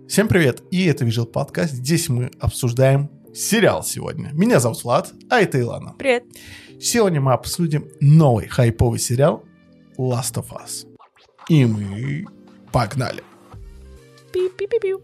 Всем привет, и это Visual Podcast. Здесь мы обсуждаем сериал сегодня. Меня зовут Влад, а это Илана. Привет. Сегодня мы обсудим новый хайповый сериал Last of Us. И мы погнали. Пи-пи-пи-пи.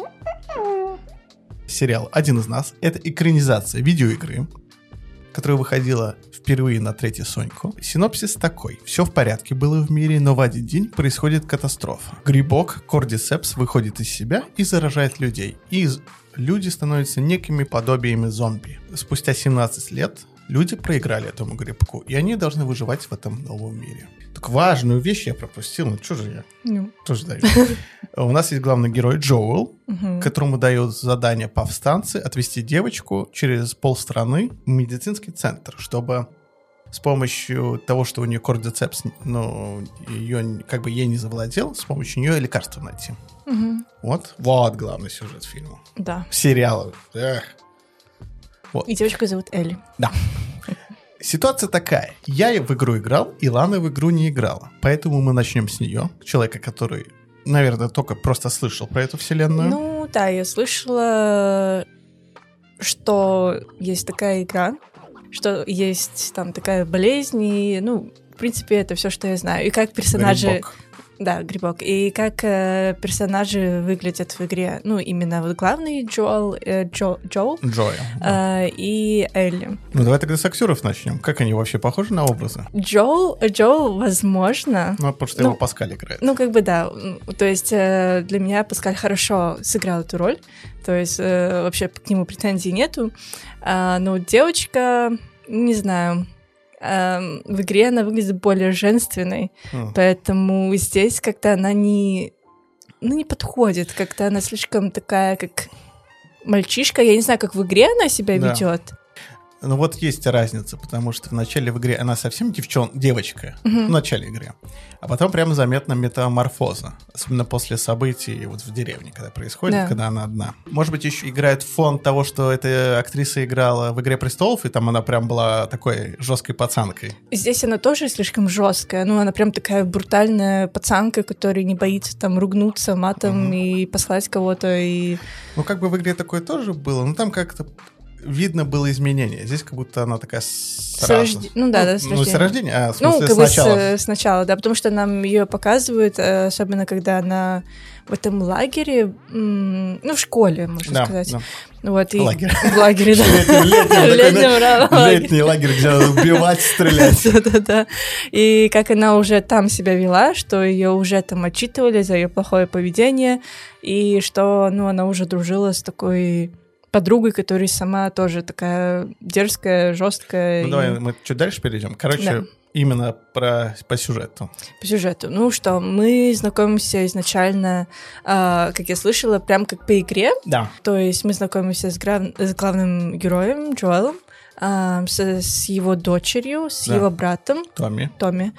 Сериал «Один из нас» — это экранизация видеоигры, которая выходила впервые на третью Соньку. Синопсис такой. Все в порядке было в мире, но в один день происходит катастрофа. Грибок Cordyceps выходит из себя и заражает людей. И люди становятся некими подобиями зомби. Спустя 17 лет люди проиграли этому грибку, и они должны выживать в этом новом мире. Так важную вещь я пропустил, ну что же я? Тоже даю. У нас есть главный герой Джоэл, которому дают задание повстанцы отвезти девочку через полстраны в медицинский центр, чтобы с помощью того, что у нее кордицепс, ее как бы ей не завладел, с помощью нее лекарство найти. Вот главный сюжет фильма. Да. Сериала. Вот. И девочку зовут Элли. Да. Ситуация такая. Я в игру играл, Илана в игру не играла. Поэтому мы начнем с нее. Человека, который, наверное, только просто слышал про эту вселенную. Ну, да, я слышала, что есть такая игра, что есть там такая болезнь, и, в принципе, это все, что я знаю. И как персонажи... Грибок. Да, грибок. И как персонажи выглядят в игре. Именно вот главный Джоэл, и Элли. Давай тогда с актеров начнем. Как они вообще похожи на образы? Джоэл, возможно. Потому что его Паскаль играет. Да. То есть для меня Паскаль хорошо сыграл эту роль. То есть вообще к нему претензий нету. Но девочка, не знаю... в игре она выглядит более женственной, поэтому здесь как-то она не подходит, как-то она слишком такая, как мальчишка. Я не знаю, как в игре она себя ведет. Ну вот есть разница, потому что в начале в игре она совсем девочка, в начале игры, а потом прямо заметна метаморфоза, особенно после событий вот в деревне, когда происходит, когда она одна. Может быть, еще играет фон того, что эта актриса играла в «Игре престолов», и там она прям была такой жесткой пацанкой. Здесь она тоже слишком жесткая, она прям такая брутальная пацанка, которая не боится там ругнуться матом и послать кого-то. И... как бы в игре такое тоже было, но там как-то видно было изменение. Здесь как будто она такая сразу. С рождения. В смысле сначала. Сначала, да, потому что нам ее показывают, особенно когда она в этом лагере, в школе, можно сказать. Да. Вот, и лагерь. В лагере, да. Летний лагерь, где надо убивать, стрелять. Да. И как она уже там себя вела, что ее уже там отчитывали за ее плохое поведение, и что, она уже дружила с такой... подругой, которая сама тоже такая дерзкая, жесткая. Давай мы чуть дальше перейдем. Именно по сюжету. По сюжету. Мы знакомимся изначально, как я слышала, прям как по игре. Да. То есть мы знакомимся с главным героем, Джоэлом, с его дочерью, с его братом Томми.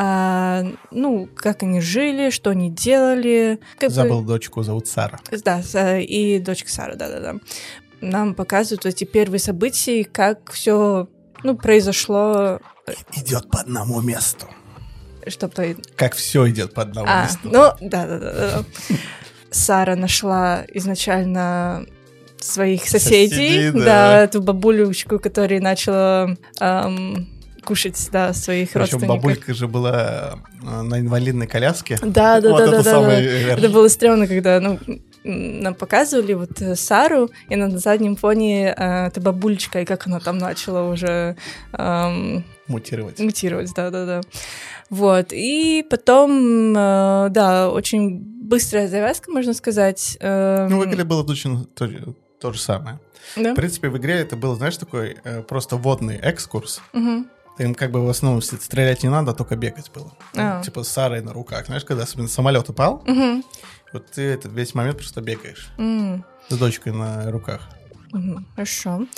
Как они жили, что они делали. Забыл, дочку зовут Сара. Да, и дочка Сара, да. Нам показывают эти первые события, как все произошло. Идет по одному месту. Что? Как все идет по одному месту. Да. Сара нашла изначально своих соседей, эту бабулечку, которая начала кушать, своих родственников. Причем бабулька же была на инвалидной коляске. Да. Это было стрёмно, когда, нам показывали Сару, и на заднем фоне эта бабулечка, и как она там начала уже... Мутировать, да. Вот, и потом, очень быстрая завязка, можно сказать. В игре было точно то же самое. Да? В принципе, в игре это был, знаешь, такой просто вводный экскурс. Им как бы в основном стрелять не надо, только бегать было. Типа с Сарой на руках. Знаешь, когда особенно самолет упал, вот ты этот весь момент просто бегаешь с дочкой на руках. Хорошо.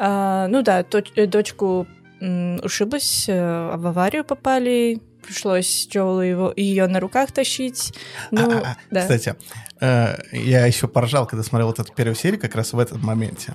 Дочку ушиблась, в аварию попали, пришлось Джоэлу ее на руках тащить. Да. Кстати, я еще поржал, когда смотрел вот эту первую серию, как раз в этом моменте,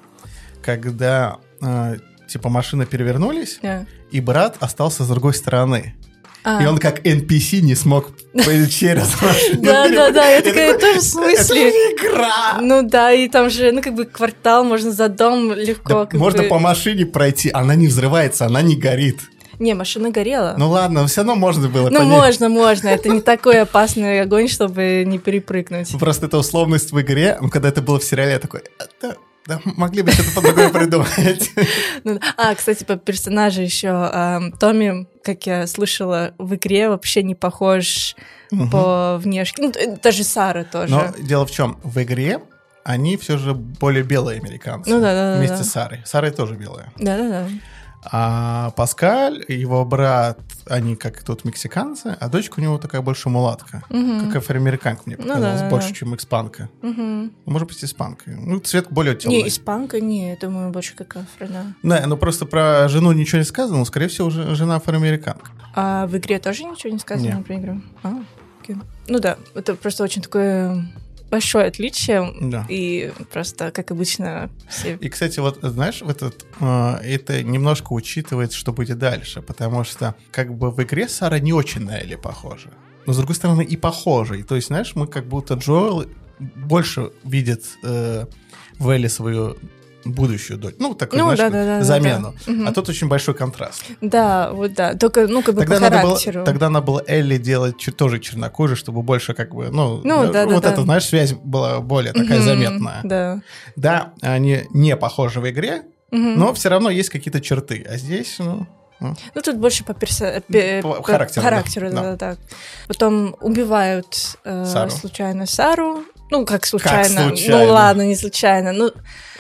когда машины перевернулись, и брат остался с другой стороны. И он как NPC не смог через машину. Да, я такая, тоже в смысле? Это же игра! Ну да, и там же, ну как бы квартал, можно за дом легко. Можно по машине пройти, она не взрывается, она не горит. Не, машина горела. Ну ладно, все равно можно было. Ну можно, это не такой опасный огонь, чтобы не перепрыгнуть. Просто это условность в игре, когда это было в сериале, я такой... Да, могли бы что-то по-другому придумать. Кстати, по персонажу еще. Томми, как я слышала, в игре вообще не похож по внешке. Ну, даже Сара тоже. Но дело в чем? В игре они все же более белые американцы. Ну да. Вместе с Сарой. Сара тоже белая. Да. А Паскаль и его брат, они как тут мексиканцы, а дочка у него такая больше мулатка. Как афроамериканка, мне показалось, больше, чем испанка. Может быть, испанка. Ну, цвет более темный. Не, испанка, не, я думаю, больше как афро, да. Да, ну просто про жену ничего не сказано, но, скорее всего, жена афроамериканка. А в игре тоже ничего не сказано? Нет. Про игру? Окей. Ну да, это просто очень такое... большое отличие, да. И просто, как обычно, все... И, кстати, вот, знаешь, это немножко учитывает, что будет дальше, потому что, как бы, в игре Сара не очень на Элли похожа, но, с другой стороны, и похожа. И, то есть, знаешь, мы как будто Джоэл больше видит в Элли свою будущую дочь. Ну, такую, знаешь, замену. Да. А тут очень большой контраст. Да, вот да. Только, ну, как бы по характеру. Тогда надо было Элли делать тоже чернокожей, чтобы больше, как бы, это, знаешь, связь была более такая заметная. Да. Да, они не похожи в игре, но все равно есть какие-то черты. А здесь, Ну, тут больше по характеру, да. Потом убивают случайно Сару. Ну, как случайно? Ну, ладно, не случайно. Ну,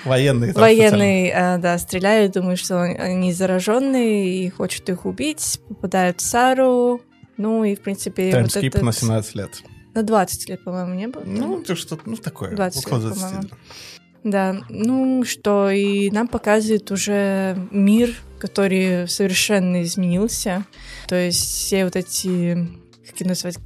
военные, да, стреляют, думают, что они зараженные и хочет их убить, попадают в Сару. Ну, и, в принципе... Таймскип на 17 лет. На 20 лет, по-моему, не было? Ну, что-то, такое. 20 лет, по-моему. лет. Да, ну что, и нам показывает уже мир, который совершенно изменился. То есть все вот эти, как их назвать,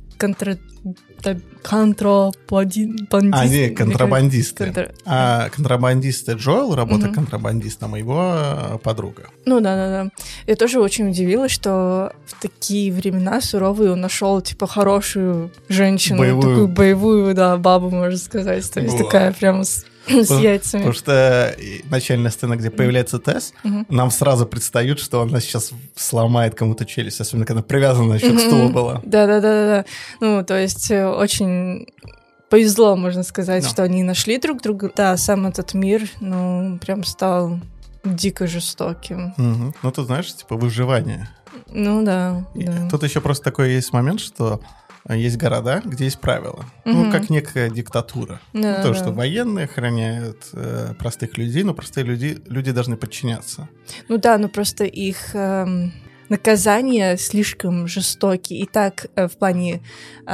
контрабандисты. А контрабандисты Джоэл, работа контрабандистом, и его подруга. Ну да. Я тоже очень удивилась, что в такие времена суровые он нашел, типа, хорошую женщину, такую боевую, да, бабу, можно сказать. То есть такая прям с яйцами. Потому что начальная сцена, где появляется Тесс, нам сразу предстают, что она сейчас сломает кому-то челюсть, особенно когда привязана еще к стулу была. Да. Ну, то есть очень повезло, можно сказать, что они нашли друг друга. Да, сам этот мир, ну, прям стал дико жестоким. Ну, тут, знаешь, типа выживание. Ну, да. Тут еще просто такой есть момент, что есть города, где есть правила. Ну, как некая диктатура. То, что военные охраняют простых людей, но простые люди должны подчиняться. Ну да, но просто их наказания слишком жестокие. И так в плане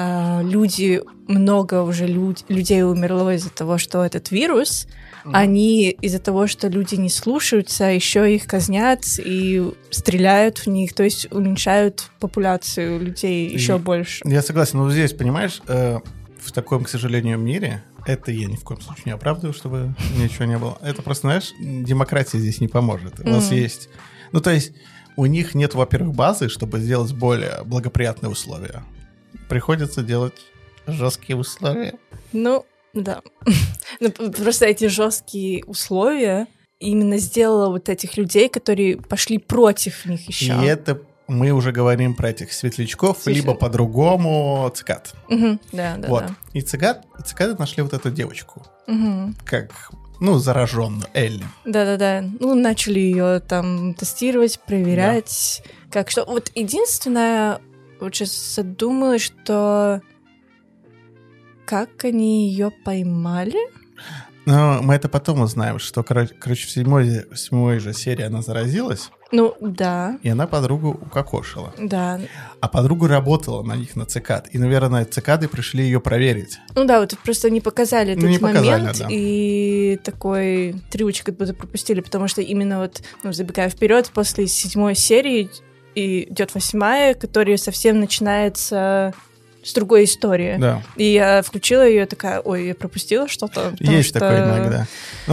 много уже людей умерло из-за того, что этот вирус, они из-за того, что люди не слушаются, еще их казнят и стреляют в них, то есть уменьшают популяцию людей еще больше. Я согласен, но здесь, понимаешь, в таком, к сожалению, мире, это я ни в коем случае не оправдываю, чтобы ничего не было. Это просто, знаешь, демократия здесь не поможет. У нас есть... Ну, то есть у них нет, во-первых, базы, чтобы сделать более благоприятные условия. Приходится делать жесткие условия. Ну, да. Просто эти жесткие условия именно сделала вот этих людей, которые пошли против них еще. И это мы уже говорим про этих светлячков, либо по-другому цикад. Да. И цикады нашли вот эту девочку. Как, зараженную, Элли. Да. Ну, начали ее там тестировать, проверять. Как что. Вот единственное, вот сейчас задумалась, что как они ее поймали? Но мы это потом узнаем, что, короче, в седьмой же серии она заразилась. Ну, да. И она подругу укокошила. Да. А подруга работала на них, на цикад. И, наверное, цикады пришли ее проверить. Ну да, вот просто не показали этот момент. Да. И такой трюч как будто пропустили, потому что именно вот, забегая вперед, после 7-й серии идет 8-я, которая совсем начинается с другой истории. Да. И я включила ее, такая, ой, я пропустила что-то. Есть такое иногда. Ну,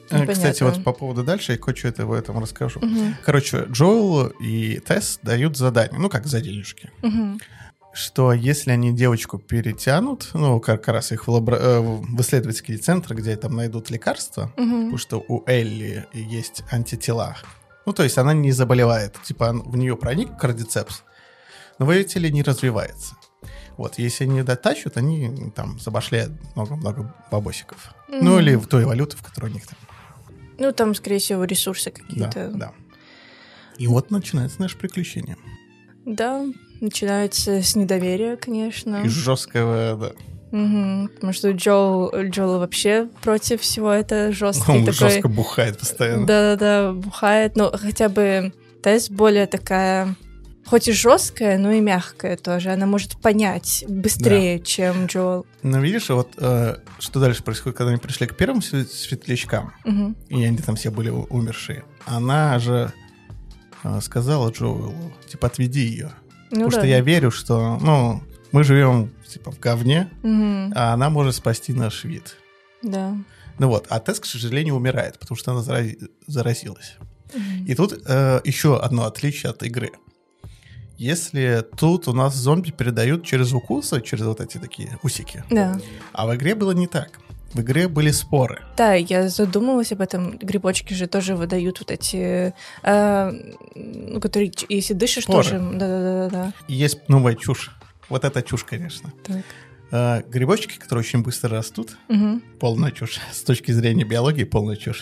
Кстати, вот по поводу дальше, я кое-что об этом расскажу. Мгм. Короче, Джоэл и Тесс дают задание, ну, как за денежки. Мгм. Что если они девочку перетянут, ну, как раз их в исследовательский центр, где там найдут лекарства, Мгм. потому что у Элли есть антитела. Ну, то есть она не заболевает. Типа в нее проник кардицепс, но в ее теле не развивается. Вот, если они дотащат, они там забашляют много-много бабосиков. Ну, Мгм. или в той валюты, в которой у них там. Ну, там, скорее всего, ресурсы Да, какие-то. да. И вот начинается наше приключение. Да, начинается с недоверия, конечно. И жесткого, да. Мгм. Потому что Джоэл вообще против всего это жесткий Он такой. жестко бухает постоянно. Да-да-да, бухает. Но хотя бы Тесс более такая, хоть и жесткая, но и мягкая тоже. Она может понять быстрее, чем Джоэл. Но видишь, вот что дальше происходит, когда они пришли к первым светлячкам, Мгм. и они там все были умершие. Она же сказала Джоэлу, типа, отведи ее. Ну Потому да. что я верю, что, ну, мы живем, типа, в говне, Мгм. а она может спасти наш вид. Да. Ну вот, а Тесс, к сожалению, умирает, потому что она заразилась. Мгм. И тут еще одно отличие от игры. Если тут у нас зомби передают через укусы, через вот эти такие усики, Да. а в игре было не так. В игре были споры. Да, я задумалась об этом. Грибочки же тоже выдают вот эти, ну, которые, если дышишь, Споры. тоже. Да-да-да. И есть новая чушь. Вот это чушь, конечно. Так. Грибочки, которые очень быстро растут, Мгм. полная чушь. С точки зрения биологии, полная чушь.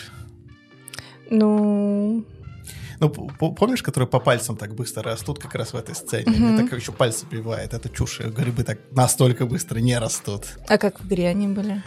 Ну, Ну, помнишь, которые по пальцам так быстро растут, как раз в этой сцене? Мгм. Они так еще пальцы бивает. Это чушь. Грибы так настолько быстро не растут. а как в игре они были?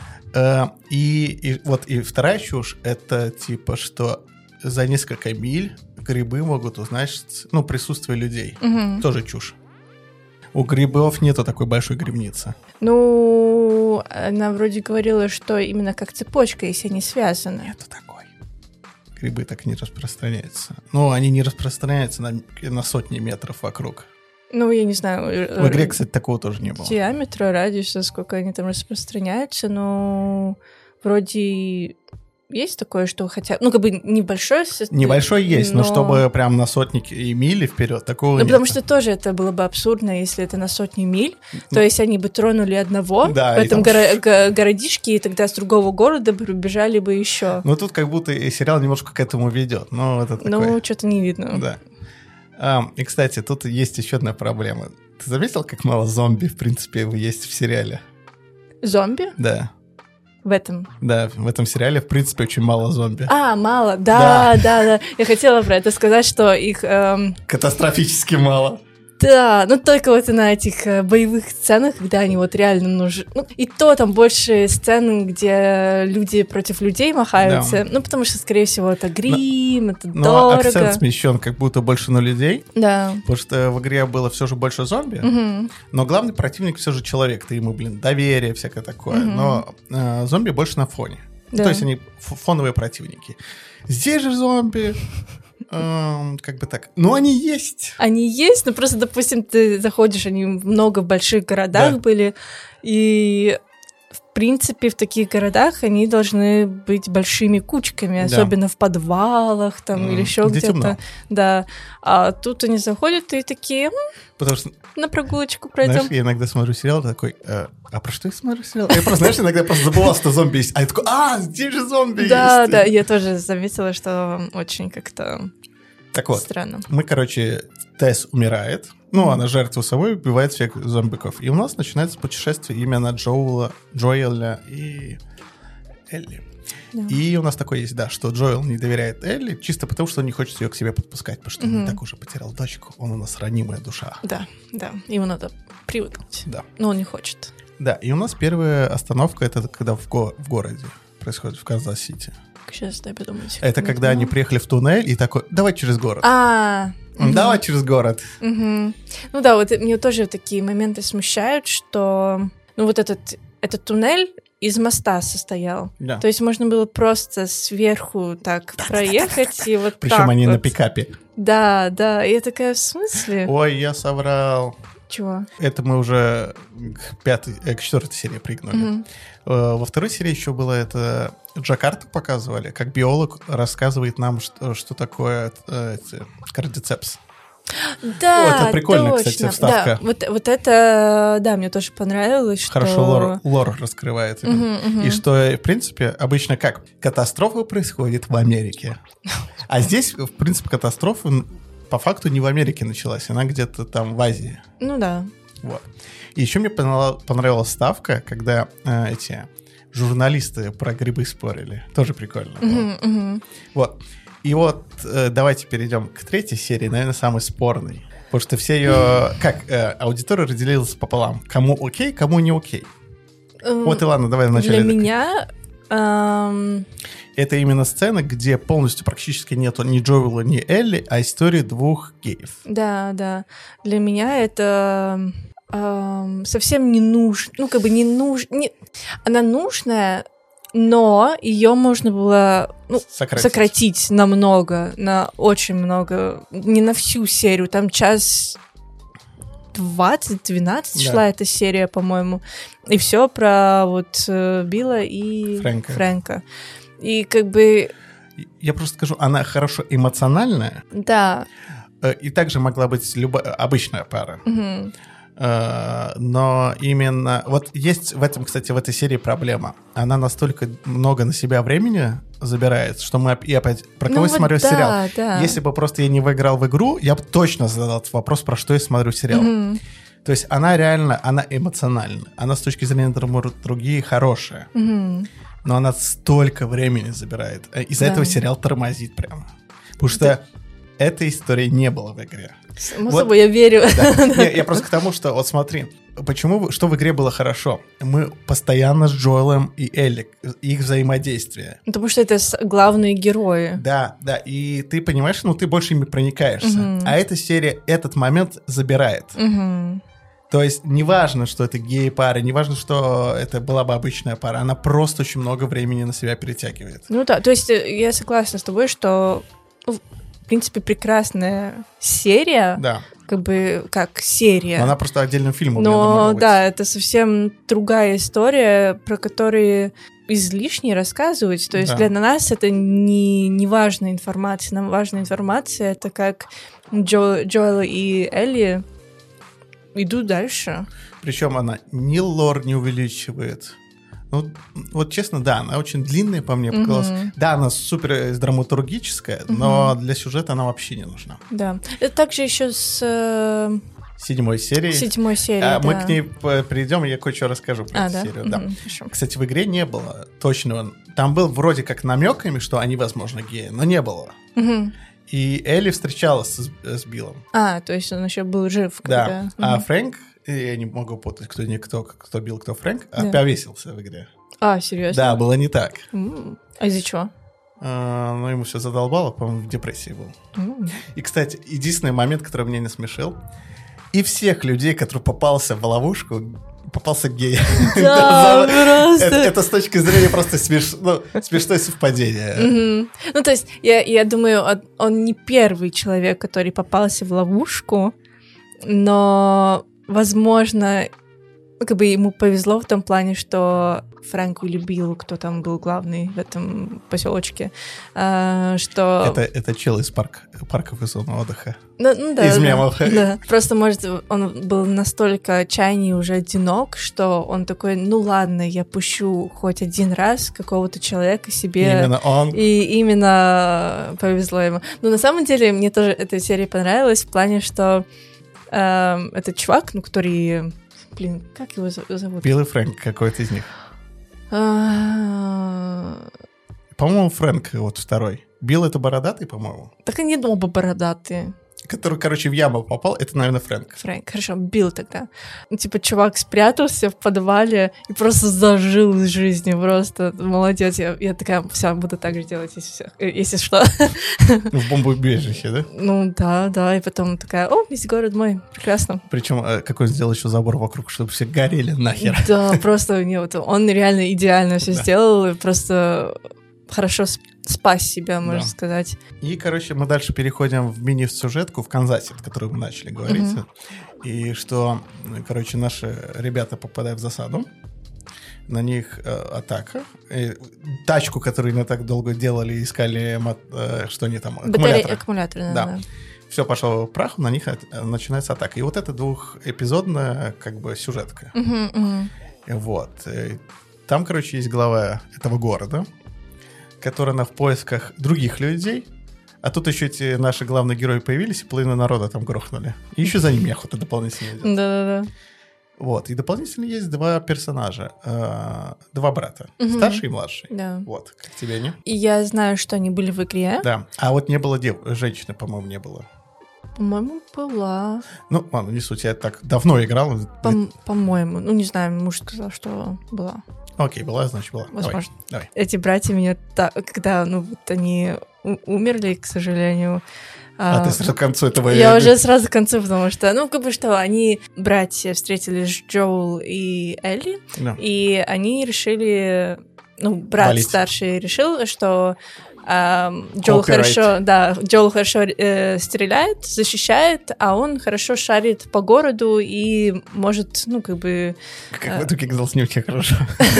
И вторая чушь, это типа, что за несколько миль грибы могут узнать, ну, присутствие людей. Мгм. Тоже чушь. У грибов нету такой большой грибницы. Ну, она вроде говорила, что именно как цепочка, если они связаны. Нету такой. Грибы так не распространяются. Ну, они не распространяются на сотни метров вокруг. Ну, я не знаю. В игре, кстати, такого тоже не было. Диаметра, радиуса, сколько они там распространяются, но вроде есть такое, что хотя... Ну, как бы небольшое... Небольшой есть, но чтобы прям на сотни и мили вперед, такого Ну, нет. потому что тоже это было бы абсурдно, если это на сотни миль. То есть они бы тронули одного Да, в и этом там- городишке, и тогда с другого города бы убежали бы еще. Ну, тут как будто и сериал немножко к этому ведет. Ну, это такое. Ну, что-то не видно. Да. И, кстати, тут есть еще одна проблема. Ты заметил, как мало зомби, в принципе, есть в сериале? Зомби Да. в этом? Да, в этом сериале, в принципе, очень мало зомби. А, мало. Да. Я хотела про это сказать, что их... Катастрофически мало. Да, ну только вот на этих боевых сценах, когда они вот реально нужны. Ну, и то там больше сцен, где люди против людей махаются. Ну, потому что, скорее всего, это грим, это Но дорого. акцент смещен как будто больше на людей, Да. потому что в игре было все же больше зомби, Мгм. но главный противник все же человек. Ты ему, доверие, всякое такое. Мгм. Но зомби больше на фоне. Да. То есть они фоновые противники. Здесь же зомби, как бы так. Но они есть. Они есть, но просто, допустим, ты заходишь, они много в больших городах Да. были, и в принципе в таких городах они должны быть большими кучками, Да. особенно в подвалах там или еще где где-то. темно. Да. А тут они заходят и такие, Потому что, на прогулочку пройдем. знаешь, я иногда смотрю сериал такой, а про что я смотрю сериал? Я просто, знаешь, иногда просто забывал, что зомби есть. А я такой, здесь же зомби Да, есть. да, я тоже заметила, что очень как-то Так вот, странно. мы, короче, Тесс умирает. Ну, она жертву собой убивает всех зомбиков. И у нас начинается путешествие именно Джоэля и Элли. Да. И у нас такое есть, да, что Джоэл не доверяет Элли, чисто потому, что он не хочет ее к себе подпускать, потому что он и так уже потерял дочку, он у нас ранимая душа. Да, ему надо привыкнуть. Да. Но он не хочет. Да, и у нас первая остановка, это когда в городе происходит, в Канзас-Сити. Сейчас дай подумать. Это когда они приехали в туннель и такой, давай через город. Мгм. Давай через город. Мгм. Ну да, вот меня тоже такие моменты смущают, что ну вот этот туннель из моста состоял. Да. То есть можно было просто сверху так проехать и вот Причем так они вот. на пикапе. Да. И я такая, в смысле? Ой, я соврал. Чего? Это мы уже к четвертой серии прыгнули. Мгм. Во второй серии еще было это Джакарту показывали, как биолог рассказывает нам, что такое кардицепс. Да, это прикольно, точно. кстати, вставка. Да, вот это, да, мне тоже понравилось. Хорошо лор раскрывает. И что, в принципе, обычно как? Катастрофа происходит в Америке. А здесь, в принципе, катастрофа по факту не в Америке началась, она где-то там в Азии. Ну да. Вот. И еще мне понравилась вставка, когда эти журналисты про грибы спорили. Тоже прикольно было. Вот. И вот давайте перейдем к третьей серии, наверное, самой спорной. Потому что все ее... аудитория разделилась пополам. Кому окей, кому не окей. Вот, Илана, давай вначале. Для меня... Это именно сцена, где полностью практически нету ни Джоэла, ни Элли, а истории двух геев. Да, да. Для меня это совсем не нужно. Ну, как бы не нужно... Она нужная, но ее можно было сократить намного, на очень много. Не на всю серию, там час 20-12 шла эта серия, по-моему. И все про вот Билла и Фрэнка. И как бы... Я просто скажу, она хорошо эмоциональная. Да. И также могла быть обычная пара. Но именно... Вот есть в этом, кстати, в этой серии проблема. Она настолько много на себя времени забирает, что мы опять... Про кого я смотрю сериал? Да. Если бы просто я не выиграл в игру, я бы точно задал этот вопрос, про что я смотрю сериал. То есть она реально, она эмоциональна. Она с точки зрения другие хорошая. Но она столько времени забирает. Из-за этого сериал тормозит прямо. Потому что этой истории не было в игре. Само собой, я верю. Да. Я просто к тому, что вот смотри, что в игре было хорошо? Мы постоянно с Джоэлом и Элли, их взаимодействие. Потому что это главные герои. Да, и ты понимаешь, ты больше ими проникаешься. А эта серия этот момент забирает. То есть неважно, что это гей-пара, неважно, что это была бы обычная пара, она просто очень много времени на себя перетягивает. Ну да, то есть я согласна с тобой, что, в принципе, прекрасная серия, да. Как бы как серия. Но она просто отдельным фильмом. Но да, это совсем другая история, про которую излишне рассказывать. То есть для нас это не важная информация. Нам важная информация — это как Джоэл и Элли идут дальше. Причем она ни лор не увеличивает. Ну, вот честно, да, она очень длинная, по мне показалась. Да, она супер драматургическая, но для сюжета она вообще не нужна. Да. Это также еще с... Седьмой серии. Да. Мы к ней придем, я кое-что расскажу про эту серию. Да. Кстати, в игре не было точного... Там был вроде как намеками, что они, возможно, геи, но не было. И Элли встречалась с Биллом. То есть он еще был жив. Да, а Фрэнк, я не могу путать, кто Билл, кто Фрэнк, повесился в игре. Серьезно? Да, было не так. А из-за чего? Ему все задолбало, по-моему, в депрессии был. И, кстати, единственный момент, который меня не смешил, и всех людей, которые попался в ловушку, попался гей. Да, просто. Это с точки зрения просто смешное совпадение. Ну, то есть, я думаю, он не первый человек, который попался в ловушку, но, возможно, как бы ему повезло в том плане, что Фрэнку или Биллу, кто там был главный в этом поселочке, что... Это чел из парков и зон отдыха. Ну, да, из мемов. Да. Просто, может, он был настолько отчаянный и уже одинок, что он такой, ну ладно, я пущу хоть один раз какого-то человека себе. Именно он. И именно повезло ему. Но на самом деле мне тоже эта серия понравилась в плане, что этот чувак, который... Блин, как его зовут? Билл и Фрэнк, какой-то из них. По-моему, Фрэнк вот второй. Билл — это бородатый, по-моему? Так они оба бородатые. Который, короче, в яму попал, это, наверное, Фрэнк. Хорошо, Билл тогда. Типа, чувак спрятался в подвале и просто зажил из жизни, просто молодец. Я такая, все, буду так же делать, если что. В бомбоубежище, да? Ну, да, и потом такая, весь город мой, прекрасно. Причем, какой он сделал еще забор вокруг, чтобы все горели нахер. Да, просто он реально идеально все сделал, и просто хорошо спас себя, можно сказать. И, короче, мы дальше переходим в мини-сюжетку в Канзасе, о которой мы начали говорить. И что, короче, наши ребята попадают в засаду. на них атака. Тачку, которую они так долго делали, искали, что они там... Аккумуляторы, да. Все пошло в прах, на них начинается атака. И вот это двухэпизодная как бы сюжетка. Вот. Там, короче, есть глава этого города, которая в поисках других людей. А тут еще эти наши главные герои появились, и половину народа там грохнули. И еще за ними охота дополнительно идет. Да-да-да. Вот. И дополнительно есть два персонажа. Два брата. Старший и младший. Да. Вот. Как тебе они? И я знаю, что они были в игре. Да. А вот не было женщины, по-моему, не было. По-моему, была. Ну, ладно, не суть. Я так давно играл. По-моему. Ну, не знаю, муж сказал, что была. Окей, была, значит, была. Возможно. Давай. Эти братья меня... Когда, они умерли, к сожалению... А ты сразу к концу этого... Я уже сразу к концу, потому что, они, братья, встретились Джоэл и Элли, и они решили... брат валить. Старший решил, что Джоэл хорошо стреляет, защищает, а он хорошо шарит по городу и может, Как в итоге оказалось не очень хорошо.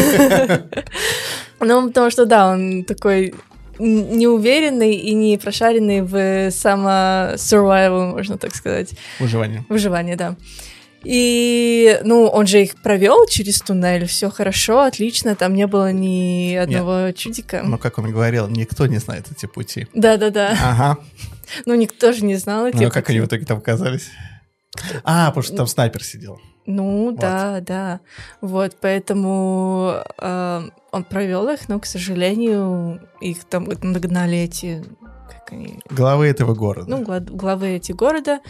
Потому что, он такой... неуверенный и не прошаренный в само-survival, можно так сказать. Выживание, да. И, он же их провел через туннель, все хорошо, отлично, там не было ни одного чудика. Но, как он говорил, никто не знает эти пути. Да-да-да. Ага. Никто же не знал эти пути. Как они в итоге там оказались? Потому что там снайпер сидел. Да. Вот, поэтому он провел их, но, к сожалению, их там нагнали эти... Как они... Главы этого города. Главы этих города.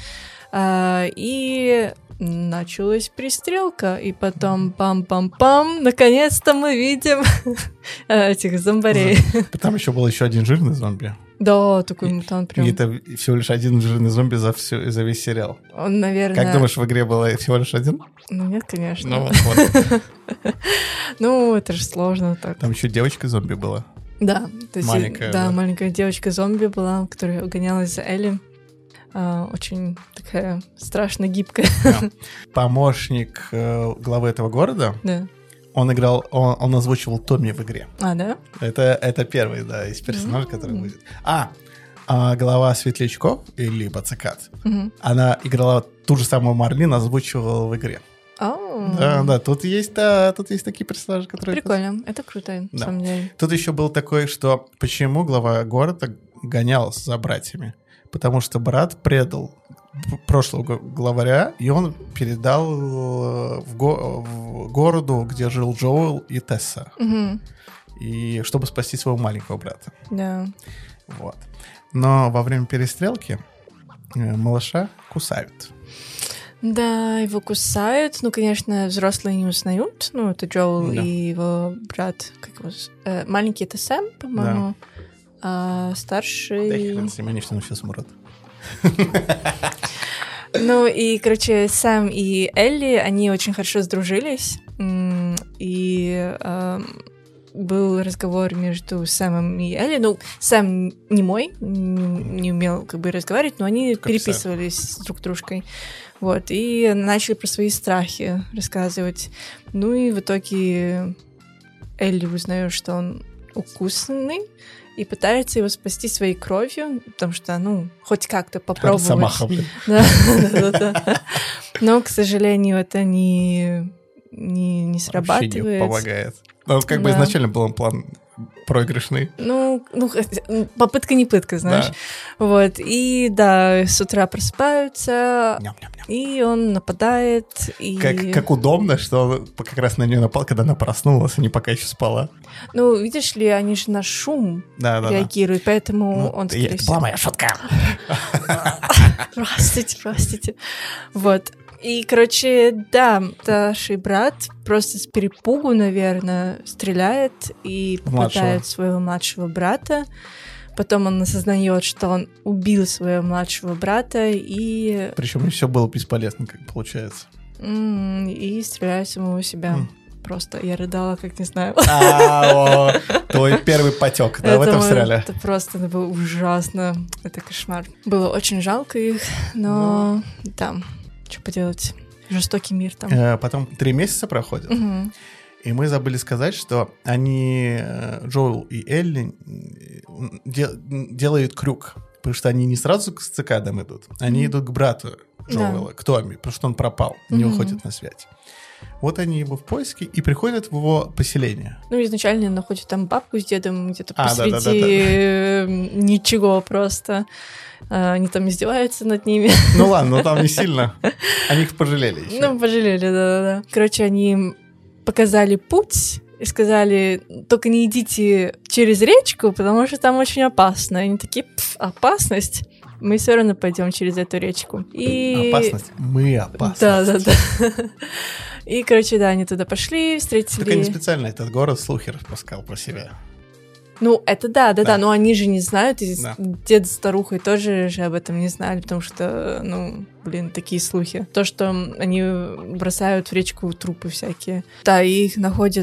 И началась перестрелка, и потом пам-пам-пам, наконец-то мы видим этих зомбарей. Там еще был еще один жирный зомби. Да, такой мутант прям. И это всего лишь один жирный зомби за весь сериал. Он, наверное... Как думаешь, в игре было всего лишь один? Нет, конечно. Вот. Это же сложно так. Там еще девочка-зомби была. Да. Маленькая. Да, маленькая девочка-зомби была, которая гонялась за Элли. Очень такая страшно гибкая. Да. Помощник главы этого города. Да. Он играл, он озвучивал Томми в игре. Да? Это первый, из персонажей, который будет. Глава Светлячков, либо Цикад, она играла ту же самую Марлин, озвучивала в игре. Да, тут есть такие персонажи, которые... Прикольно, это круто, на самом деле. Тут еще был такой, что почему глава города гонялся за братьями? Потому что брат предал прошлого главаря, и он передал в городу, где жил Джоэл и Тесса. И чтобы спасти своего маленького брата. Да. Вот. Но во время перестрелки малыша кусают. Да, его кусают. Конечно, взрослые не узнают. Это Джоэл и его брат. Маленький — это Сэм, по-моему. Да. А старший... Да, хрен с ним, они все равно умрут. И, Сэм и Элли, они очень хорошо сдружились. И был разговор между Сэмом и Элли. Сэм немой, не умел разговаривать, но они переписывались друг с дружкой. Вот, и начали про свои страхи рассказывать. И в итоге Элли узнает, что он укусанный, и пытается его спасти своей кровью, потому что, хоть как-то попробовать. Росомаха, блин. Да. Но, к сожалению, это не срабатывает. Вообще не помогает. Изначально был план проигрышный. Попытка не пытка, знаешь. Да. Вот, и с утра просыпаются, и он нападает. И... Как удобно, что он как раз на нее напал, когда она проснулась, а не пока еще спала. Видишь ли, они же на шум реагируют, поэтому он... Это была моя шутка. Простите. Вот. И, старший брат просто с перепугу, наверное, стреляет и попадает своего младшего брата. Потом он осознает, что он убил своего младшего брата и... Причем все было бесполезно, как получается. И стреляет самого себя. Просто я рыдала, как не знаю. Твой первый потек, в этом сериале. Это просто было ужасно. Это кошмар. Было очень жалко их, но там... Что поделать? Жестокий мир там. Потом 3 месяца проходит. И мы забыли сказать, что Джоэл и Элли делают крюк. Потому что они не сразу к цикадам идут, они идут к брату Джоэла, к Томми, потому что он пропал, не выходит на связь. Вот они его в поиске и приходят в его поселение. Ну, изначально он находит там бабку с дедом где-то посреди ничего просто. Они там издеваются над ними. Ну ладно, но там не сильно. Они их пожалели еще. Ну, пожалели, да. Короче, они им показали путь и сказали, только не идите через речку, потому что там очень опасно. И они такие, опасность? Мы все равно пойдем через эту речку. И... Опасность? Мы опасность. Да. И, короче, да, они туда пошли, встретили... Только не специально этот город слухи распускал про себя. Ну, это да, но они же не знают, и дед с старухой тоже же об этом не знали, потому что, такие слухи. То, что они бросают в речку трупы всякие. Да, и их находят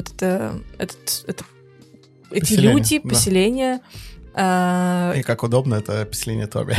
эти люди, поселения. И как удобно, это поселение Томми.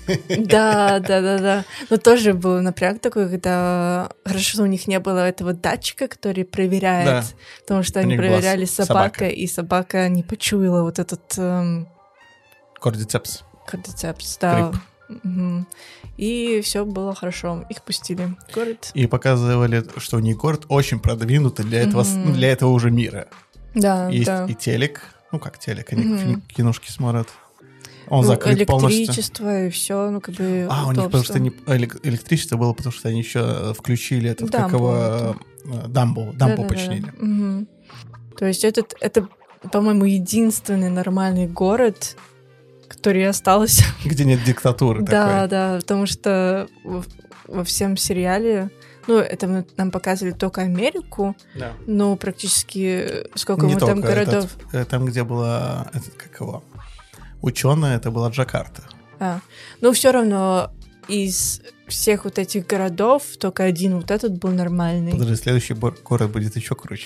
Да. Но тоже был напряг такой, когда хорошо, что у них не было этого датчика, который проверяет, потому что они проверяли собакой, и собака не почуяла вот этот... Кордицепс. Да. Угу. И все было хорошо. Их пустили в город. И показывали, что у них город очень продвинутый для этого уже мира. Да, есть и телек. Ну, как телек, они киношки смотрят. Он закрыт полностью. Электричество и все, у них потому что электричество было, потому что они еще включили дамбу починили. Угу. То есть это, по-моему, единственный нормальный город, который остался. Где нет диктатуры такой. Да, потому что во всем сериале... это нам показывали только Америку, но практически сколько не мы там городов... Там, где была... Ученая, это была Джакарта. Но все равно из всех вот этих городов только один вот этот был нормальный. Подожди, следующий город будет еще круче.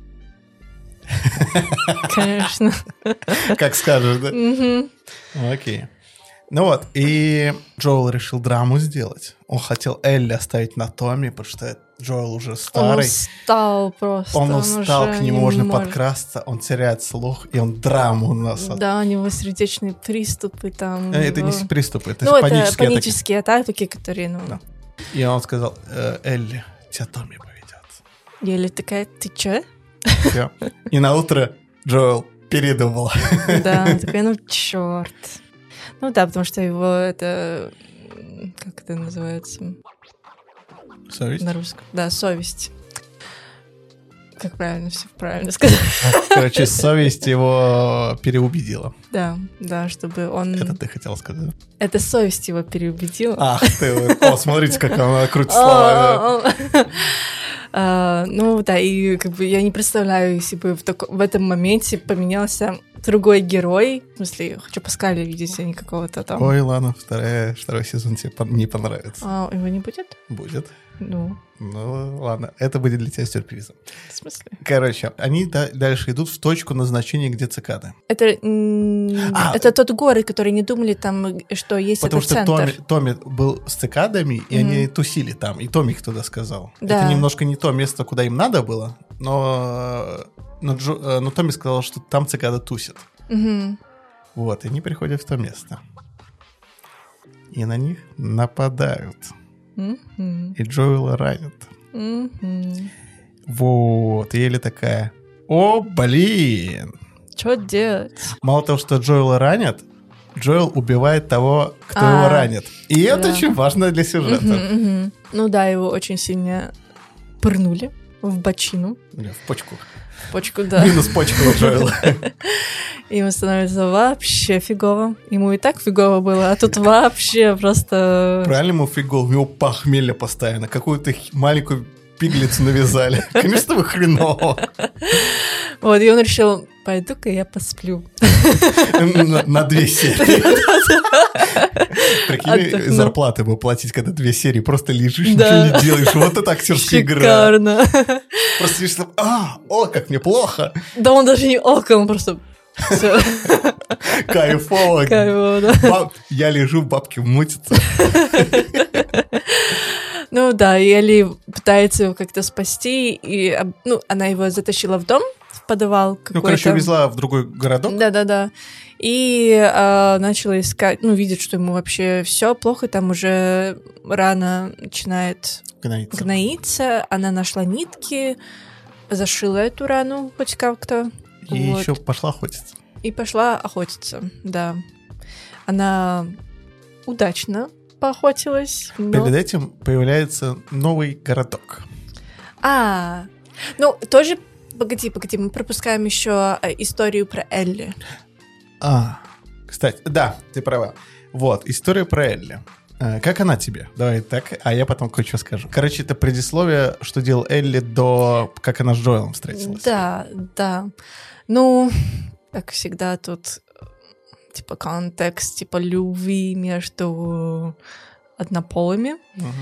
Конечно. Как скажешь, да? Окей. Ну вот, и Джоэл решил драму сделать. Он хотел Элли оставить на Томми, потому что Джоэл уже старый. Он устал просто. Он устал, к нему можно подкрасться, он теряет слух, и он драму у нас... Да, у него сердечные приступы там. Это не приступы, это панические атаки, которые... Да. И он сказал, Элли, тебя Томми поведет. И Элли такая, ты чё? Все. И на утро Джоэл передумал. Да, он такой, чёрт. Да, потому что его это... Как это называется? Совесть? На русском. Да, совесть. Как правильно сказать. Короче, совесть его переубедила. Да, чтобы он... Это ты хотела сказать? Это совесть его переубедила. Ах ты, смотрите, как она крутит слова. И я не представляю, если бы в этом моменте поменялся другой герой. В смысле, хочу Паскаля видеть, а не какого-то там. Ой, ладно, второй сезон тебе не понравится. Его не будет? Будет. Ну, ладно, это будет для тебя сюрпризом. В смысле? Короче, они дальше идут в точку назначения, где цикады. Это тот город, который не думали там, что есть этот центр. Потому что Томми был с цикадами, и они тусили там, и Томми их туда сказал. Да. Это немножко не то место, куда им надо было, но Томми сказал, что там цикады тусят. Угу. Вот, и они приходят в то место. И на них нападают. И Джоэла ранят. Вот, и Элли такая, о, блин. Что делать? Мало того, что Джоэла ранят, Джоэл убивает того, кто его ранит. И это очень важно для сюжета. Ну да, его очень сильно пырнули в бочину. В почку. В почку, да. Минус почку у Джоэла. Ему становится вообще фигово. Ему и так фигово было, а тут вообще просто... Правильно ему фигово? У него похмелье постоянно. Какую-то маленькую пиглицу навязали. Конечно, вы хреново. Вот, и он решил, пойду-ка я посплю. На 2 серии. Прикинь, зарплаты бы платить, когда 2 серии. Просто лежишь, ничего не делаешь. Вот это актерская игра. Шикарно. Просто лишь как мне плохо. Да он даже не он просто... Кайфово. Кайфово, да. Я лежу, бабки мутятся. Ну да, и Элли пытается его как-то спасти, и она его затащила в дом, в подвал какой-то. Ну, короче, увезла в другой городок. Да-да-да. И начала искать, видит, что ему вообще все плохо, там уже рана начинает гноиться. Она нашла нитки, зашила эту рану хоть как-то. И еще пошла охотиться. И пошла охотиться, да. Она удачно поохотилась. Перед этим появляется новый городок. Тоже, погоди, мы пропускаем еще историю про Элли. Кстати, да, ты права. Вот, история про Элли. Как она тебе? Давай так, а я потом кое-что скажу. Короче, это предисловие, что делал Элли до... Как она с Джоэлом встретилась. Да. Как всегда, тут контекст, любви между однополыми.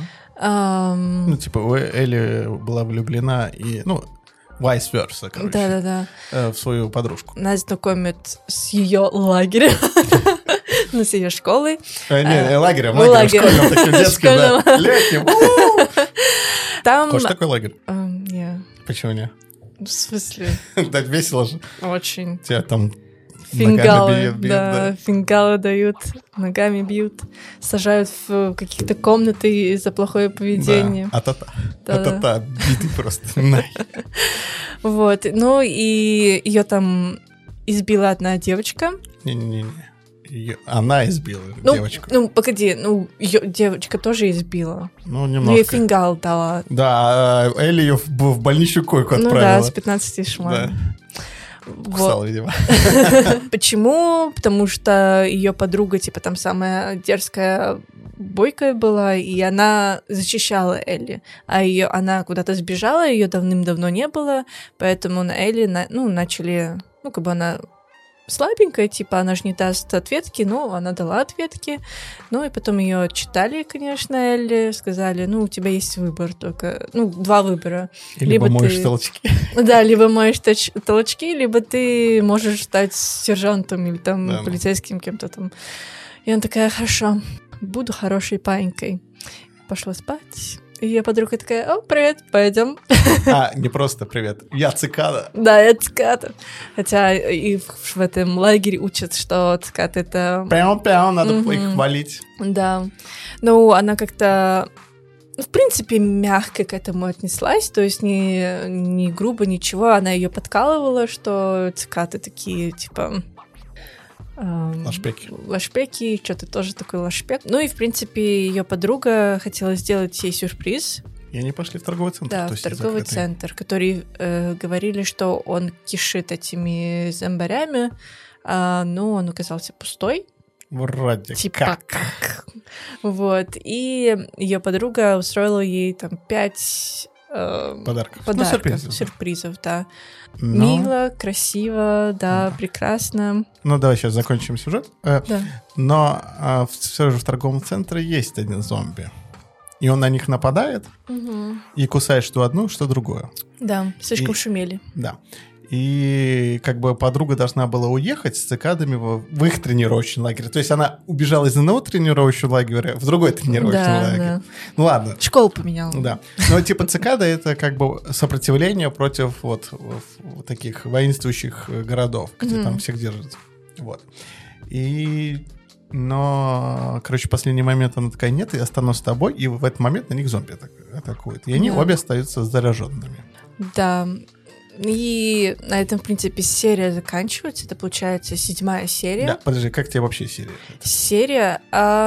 Элли была влюблена и, vice versa, короче. Да. В свою подружку. Нас знакомят с ее лагерем. С ее школой. Лагерем, школьным, таким детским, да. Летним. Хочешь такой лагерь? Нет. Почему нет? В смысле? Так весело же. Очень. Тебя там фингалы, да, фингалы дают, ногами бьют, сажают в какие-то комнаты из-за плохое поведение. Да, а-та-та, битый просто. Вот, и ее там избила одна девочка. Не-не-не. Она избила девочку. Погоди, ее девочка тоже избила. Немножко. Ей фингал дала. Да, Элли ее в больничную койку отправила. Да, с 15 шман. Да. Кусала, видимо. Почему? Потому что ее подруга, там самая дерзкая, бойкая была, и она защищала Элли. А она куда-то сбежала, ее давным-давно не было, поэтому на Элли начали, она слабенькая, она же не даст ответки, но она дала ответки. И потом ее отчитали, конечно, Элли, сказали, у тебя есть выбор только, два выбора. Либо моешь толчки. Да, либо моешь толчки, либо ты можешь стать сержантом или полицейским кем-то там. И она такая, хорошо, буду хорошей паинькой. Пошла спать. И ее подруга такая, привет, пойдем. Не просто привет, я цикада. Да, я цикада. Хотя и в этом лагере учат, что цикад это... Пяу-пяу, надо их хвалить. Да. Она как-то, в принципе, мягко к этому отнеслась, то есть не грубо, ничего. Она ее подкалывала, что цикады такие, лашпеки, что-то тоже такой лашпек. И, в принципе, ее подруга хотела сделать ей сюрприз. И они пошли в торговый центр. Да, в торговый центр, который говорили, что он кишит этими зомбарями, но он оказался пустой. Вроде как. Вот. И ее подруга устроила ей 5 подарков. Сюрпризов, да. Мило, красиво, да, прекрасно. Давай сейчас закончим сюжет. Да. Но все же в торговом центре есть один зомби. И он на них нападает и кусает что одно, что другое. Да, слишком шумели. Да. И подруга должна была уехать с цикадами в их тренировочный лагерь. То есть она убежала из одного тренировочного лагеря в другой тренировочный лагерь. Да. Ладно. Школу поменяла. Да. Но цикада — это сопротивление против вот таких воинствующих городов, где там всех держат. Вот. Но, в последний момент она такая, нет, я останусь с тобой, и в этот момент на них зомби атакуют. И они обе остаются зараженными. Да. И на этом, в принципе, серия заканчивается. Это, получается, 7-я серия. Да, подожди, как тебе вообще серия? Серия,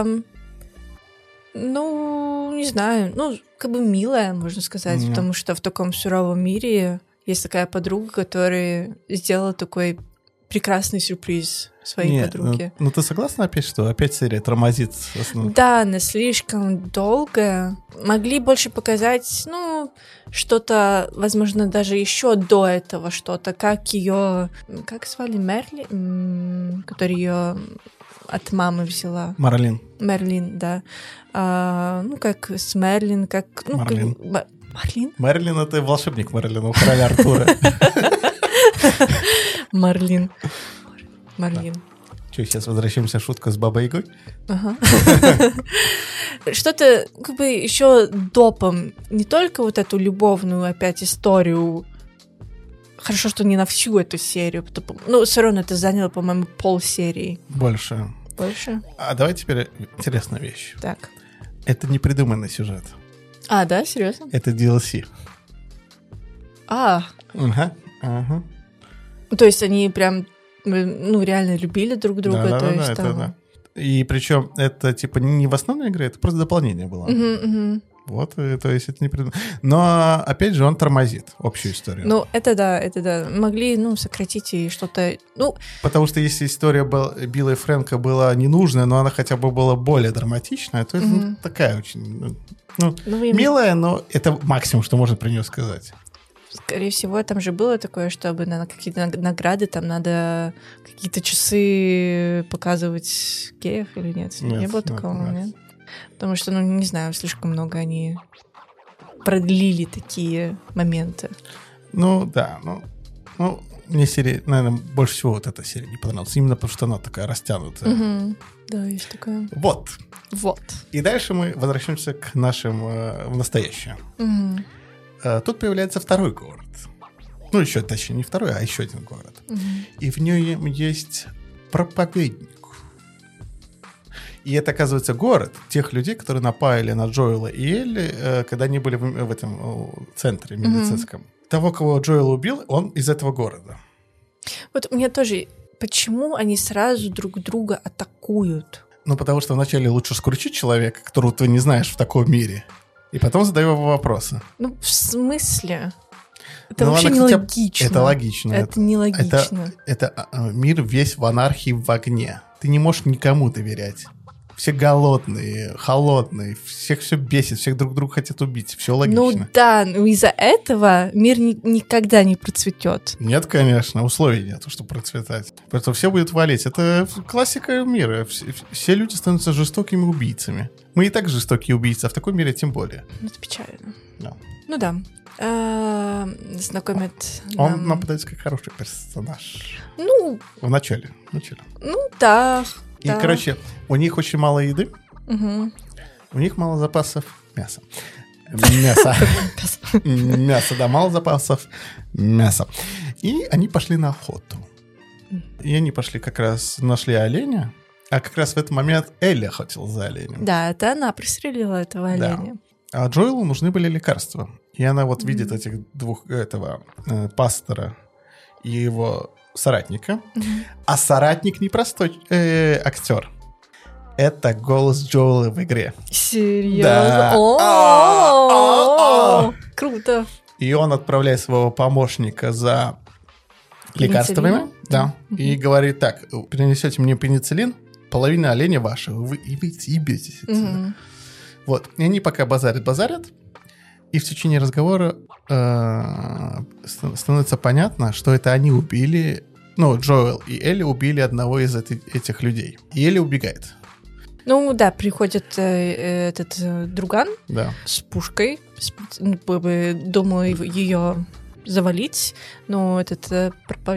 не знаю, милая, можно сказать, потому что в таком суровом мире есть такая подруга, которая сделала такой прекрасный сюрприз своей подруге. Ты согласна опять, что опять серия тормозит? Да, она слишком долгая. Могли больше показать, что-то, возможно, даже еще до этого что-то, как ее... Как звали? Мерли? Которая ее от мамы взяла. Мерлин, да. Как с Мерлин, как... Марлин. Марлин? Мерлин — это волшебник Мерлин у короля Артура. Марлин. Что, сейчас возвращаемся в шутку с Бабой Ягой? Ага. Что-то как бы еще допом, не только вот эту любовную опять историю. Хорошо, что не на всю эту серию. Ну, все равно это заняло, по-моему, полсерии. Больше. Больше? А давай теперь интересная вещь. Так. Это не придуманный сюжет. А, да? Серьезно? Это DLC. Ага. То есть они прям, ну, реально любили друг друга. Да, то да, есть, да, там... это да. И причем это типа не в основной игре, это просто дополнение было. Вот, то есть это не придумано. Но, опять же, он тормозит общую историю. Ну, это да. Могли, сократить и что-то... Потому что если история Билла и Фрэнка была ненужная, но она хотя бы была более драматичная, то это такая очень... милая, но это максимум, что можно про нее сказать. Скорее всего, там же было такое, чтобы на какие-то награды там надо какие-то часы показывать геев или нет? Не было такого, нет? Потому что, не знаю, слишком много они продлили такие моменты. Мне серия, наверное, больше всего вот эта серия не понравилась. Именно потому, что она такая растянутая. Да, есть такая. Вот. И дальше мы возвращаемся к нашим в настоящее. Тут появляется второй город. Еще, точнее, не второй, а еще один город. И в нем есть проповедник. И это, оказывается, город тех людей, которые напали на Джоэла и Элли, когда они были в этом центре медицинском. Того, кого Джоэл убил, он из этого города. Вот мне тоже... Почему они сразу друг друга атакуют? Потому что вначале лучше скрутить человека, которого ты не знаешь в таком мире, и потом задаю его вопросы. В смысле? Это вообще нелогично. Это логично. Это нелогично. Это мир весь в анархии, в огне. Ты не можешь никому доверять. Все голодные, холодные, всех все бесит, всех друг друга хотят убить. Все логично. Из-за этого мир никогда не процветет. Нет, конечно, условий нет, чтобы процветать. Поэтому все будут валить. Это классика мира. Все люди становятся жестокими убийцами. Мы и так жестокие убийцы, а в таком мире тем более. Это печально. Да. Знакомит Он нам подается как хороший персонаж. В начале. Да. И, короче, у них очень мало еды. У них мало запасов мяса. Мясо, да, мало запасов мяса. И они пошли на охоту. И они пошли как раз, нашли оленя. А как раз в этот момент Элли охотилась за оленем. Да, это она пристрелила этого оленя. А Джоэлу нужны были лекарства. И она видит этих двух, пастора и его соратника. А соратник не простой актер. Это голос Джоэла в игре. Серьезно? Да. Круто. И он отправляет своего помощника за лекарствами. Да. И говорит так: принесете мне пенициллин, половина оленя вашего, вы съебетесь отсюда. Вот. И они пока базарят. И в течение разговора становится понятно, что это они убили... Джоэл и Элли убили одного из этих людей. И Элли убегает. Приходит этот друган с пушкой. Думаю, ее завалить. Но этот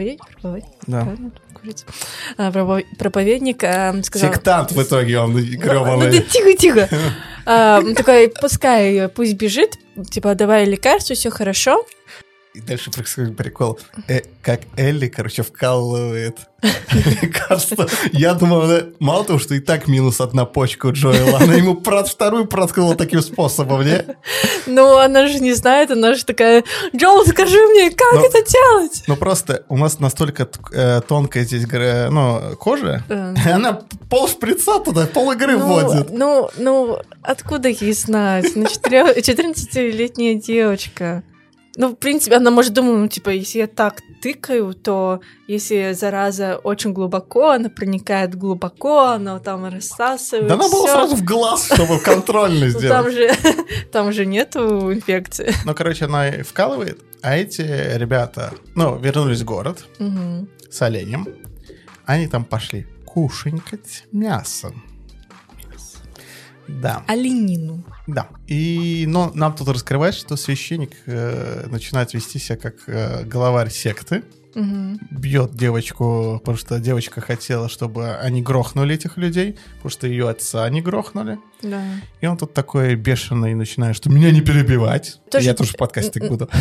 проповедник сказал... Сектант в итоге, он грёбаный. Тихо. Такой, пусть бежит, давай лекарство, все хорошо. И дальше происходит прикол. Как Элли, вкалывает лекарство. Я думал, мало того, что и так минус одна почка у Джоэла, она ему вторую проткнула таким способом, не? Она же не знает, она же такая: Джоэл, скажи мне, как это делать? Просто у нас настолько тонкая здесь кожа, она пол-шприца туда, пол-игры вводит. Откуда ей знать? 14-летняя девочка. В принципе, она может думать, если я так тыкаю, то если зараза очень глубоко, она проникает глубоко, она там рассасывает. Да она была сразу в глаз, чтобы контрольно сделать. Там же нету инфекции. Она вкалывает, а эти ребята, вернулись в город с оленем. Они там пошли кушанькать мясо. Да. Оленину. Да. Но нам тут раскрывается, что священник начинает вести себя как главарь секты. Угу. Бьет девочку, потому что девочка хотела, чтобы они грохнули этих людей, потому что ее отца они грохнули. Да. И он тут такой бешеный начинает, что меня не перебивать. Я тоже в подкасте так буду.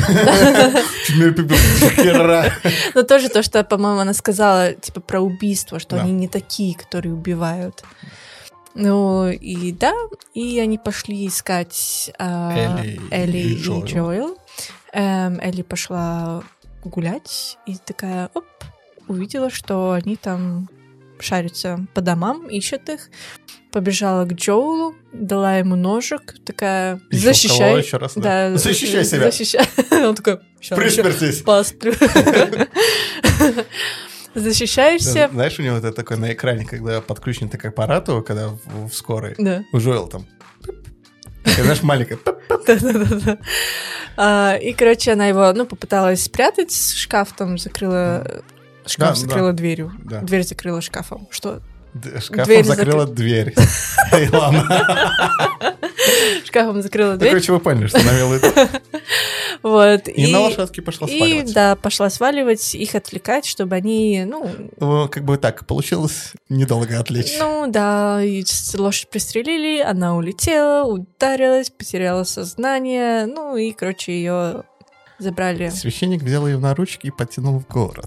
Но тоже то, что, по-моему, она сказала, типа, про убийство, что они не такие, которые убивают. Ну, и да, и они пошли искать Элли и Джоэл. Элли пошла гулять, и такая, увидела, что они там шарятся по домам, ищут их. Побежала к Джоулу, дала ему ножик, такая, защищай. Еще раз, да. Защищай себя. Защищай. Он такой, присмертись. Посплю. Защищаешься. Знаешь, у него это такое на экране, когда подключен к аппарату, когда в скорой, у Джоэла там, знаешь, маленькая. Да. И, короче, она его, попыталась спрятать, шкаф там закрыла, закрыла дверью. Да. Дверь закрыла шкафом. Что? Шкафом закрыла дверь. Шкафом закрыла дверь. Короче, вы поняли, что она имела в виду. Вот. И на лошадке пошла сваливать. И, да, пошла сваливать, их отвлекать, чтобы они, как бы так, получилось недолго отвлечь. Ну, да, и лошадь пристрелили, она улетела, ударилась, потеряла сознание, и, короче, ее забрали. Священник взял ее на ручки и потянул в город.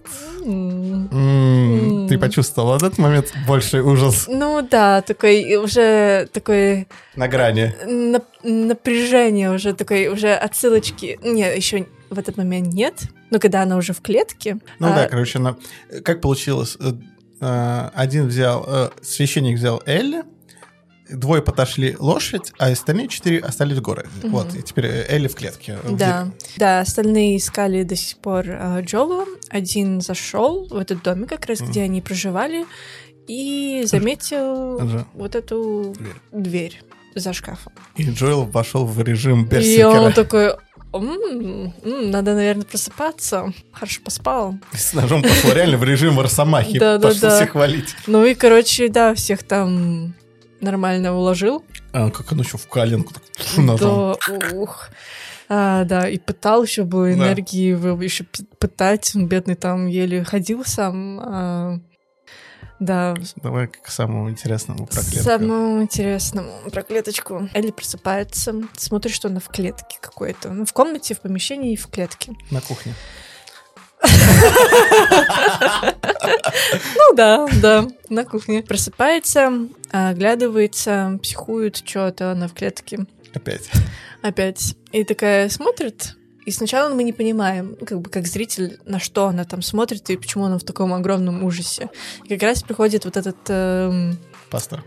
Ты почувствовал в этот момент больший ужас? Ну да, уже такой... На грани. Напряжение уже, уже отсылочки. Нет, еще в этот момент нет. Но когда она уже в клетке... Короче, как получилось? Священник взял Элли, 2 подошли лошадь, а остальные 4 остались в городе. Угу. Вот, и теперь Элли в клетке. Да, остальные искали до сих пор Джоэла. Один зашел в этот домик, как раз, где они проживали, и заметил вот эту дверь за шкафом. И Джоэл вошел в режим берсеркера. И он такой... надо, наверное, просыпаться. Хорошо поспал. С ножом пошел реально в режим Росомахи. Пошел всех валить. Ну и, короче, да, всех там... нормально уложил. Как он еще в коленку ножом. Да, и пытал еще было энергии еще пытать. Он бедный там еле ходил сам. Да. Давай к самому интересному проклятку. Самому интересному прокляточку. Элли просыпается, смотрит, что она в клетке какой-то. В комнате, в помещении и в клетке. На кухне. Да, на кухне. Просыпается, оглядывается, психует, что-то она в клетке. Опять. И такая смотрит, и сначала мы не понимаем, как зритель, на что она там смотрит и почему она в таком огромном ужасе. И как раз приходит вот этот... Пастор.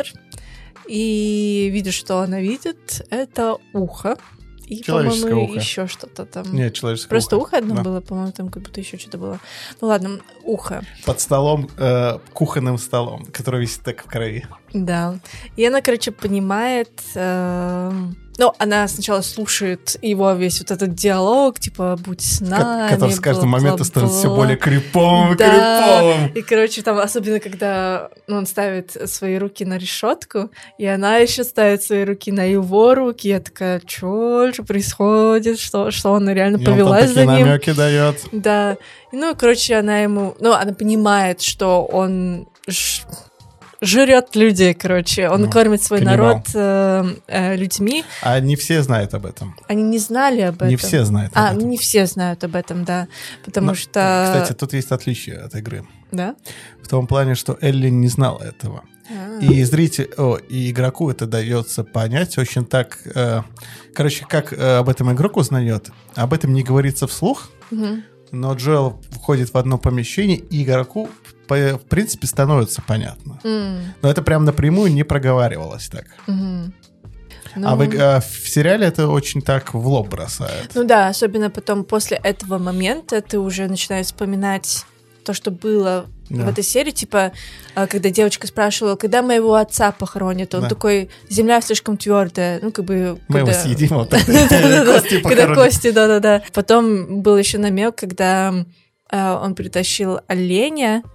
И видит, что она видит, это ухо. И, по-моему, еще что-то там. Нет, человеческое Просто ухо одно было, по-моему, там как будто еще что-то было. Ну ладно, ухо. Под столом, кухонным столом, который висит так в крови. Да. И она, короче, понимает... она сначала слушает его весь вот этот диалог, типа, будь с нами. Который с каждым моментом становится все более криповым. И, короче, там, особенно, когда он ставит свои руки на решетку, и она еще ставит свои руки на его руки, я такая, что происходит, что она реально повелась за ним. Он намеки дает. Да. Короче, она ему... она понимает, что он... жрет людей, короче. Он кормит свой народ людьми. А не все знают об этом. Они не знали об этом. Не все знают об этом. Не все знают об этом, да. Потому что... Кстати, тут есть отличие от игры. Да? В том плане, что Элли не знала этого. И зрителю, и игроку это дается понять очень так... как об этом игрок узнает, об этом не говорится вслух, но Джоэл входит в одно помещение, и игроку в принципе становится понятно. Но это прям напрямую не проговаривалось так. А в сериале это очень так в лоб бросает. Ну да, особенно потом после этого момента ты уже начинаешь вспоминать то, что было в этой серии, типа, когда девочка спрашивала, когда моего отца похоронят, он такой, земля слишком твердая, мы его съедим, вот так кости похоронят. Когда кости, да-да-да. Потом был еще намек, когда он притащил оленя,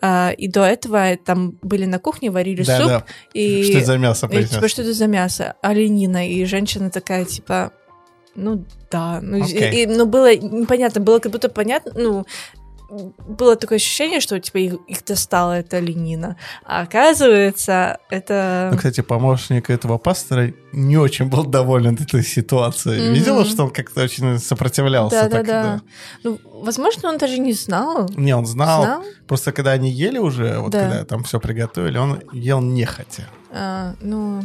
И до этого там были на кухне, варили суп. Да. И, что это за мясо? и, типа, что это за мясо? Оленина. И женщина такая, типа, ну да. Ну, было непонятно, было как будто понятно, ну, было такое ощущение, что типа их достала эта оленина. А оказывается, это... Ну, кстати, помощник этого пастора не очень был доволен этой ситуацией. Видела, что он как-то очень сопротивлялся? Да. Ну, возможно, он даже не знал. Не, он знал. Просто когда они ели уже, вот Да. когда там все приготовили, он ел нехотя. Ну,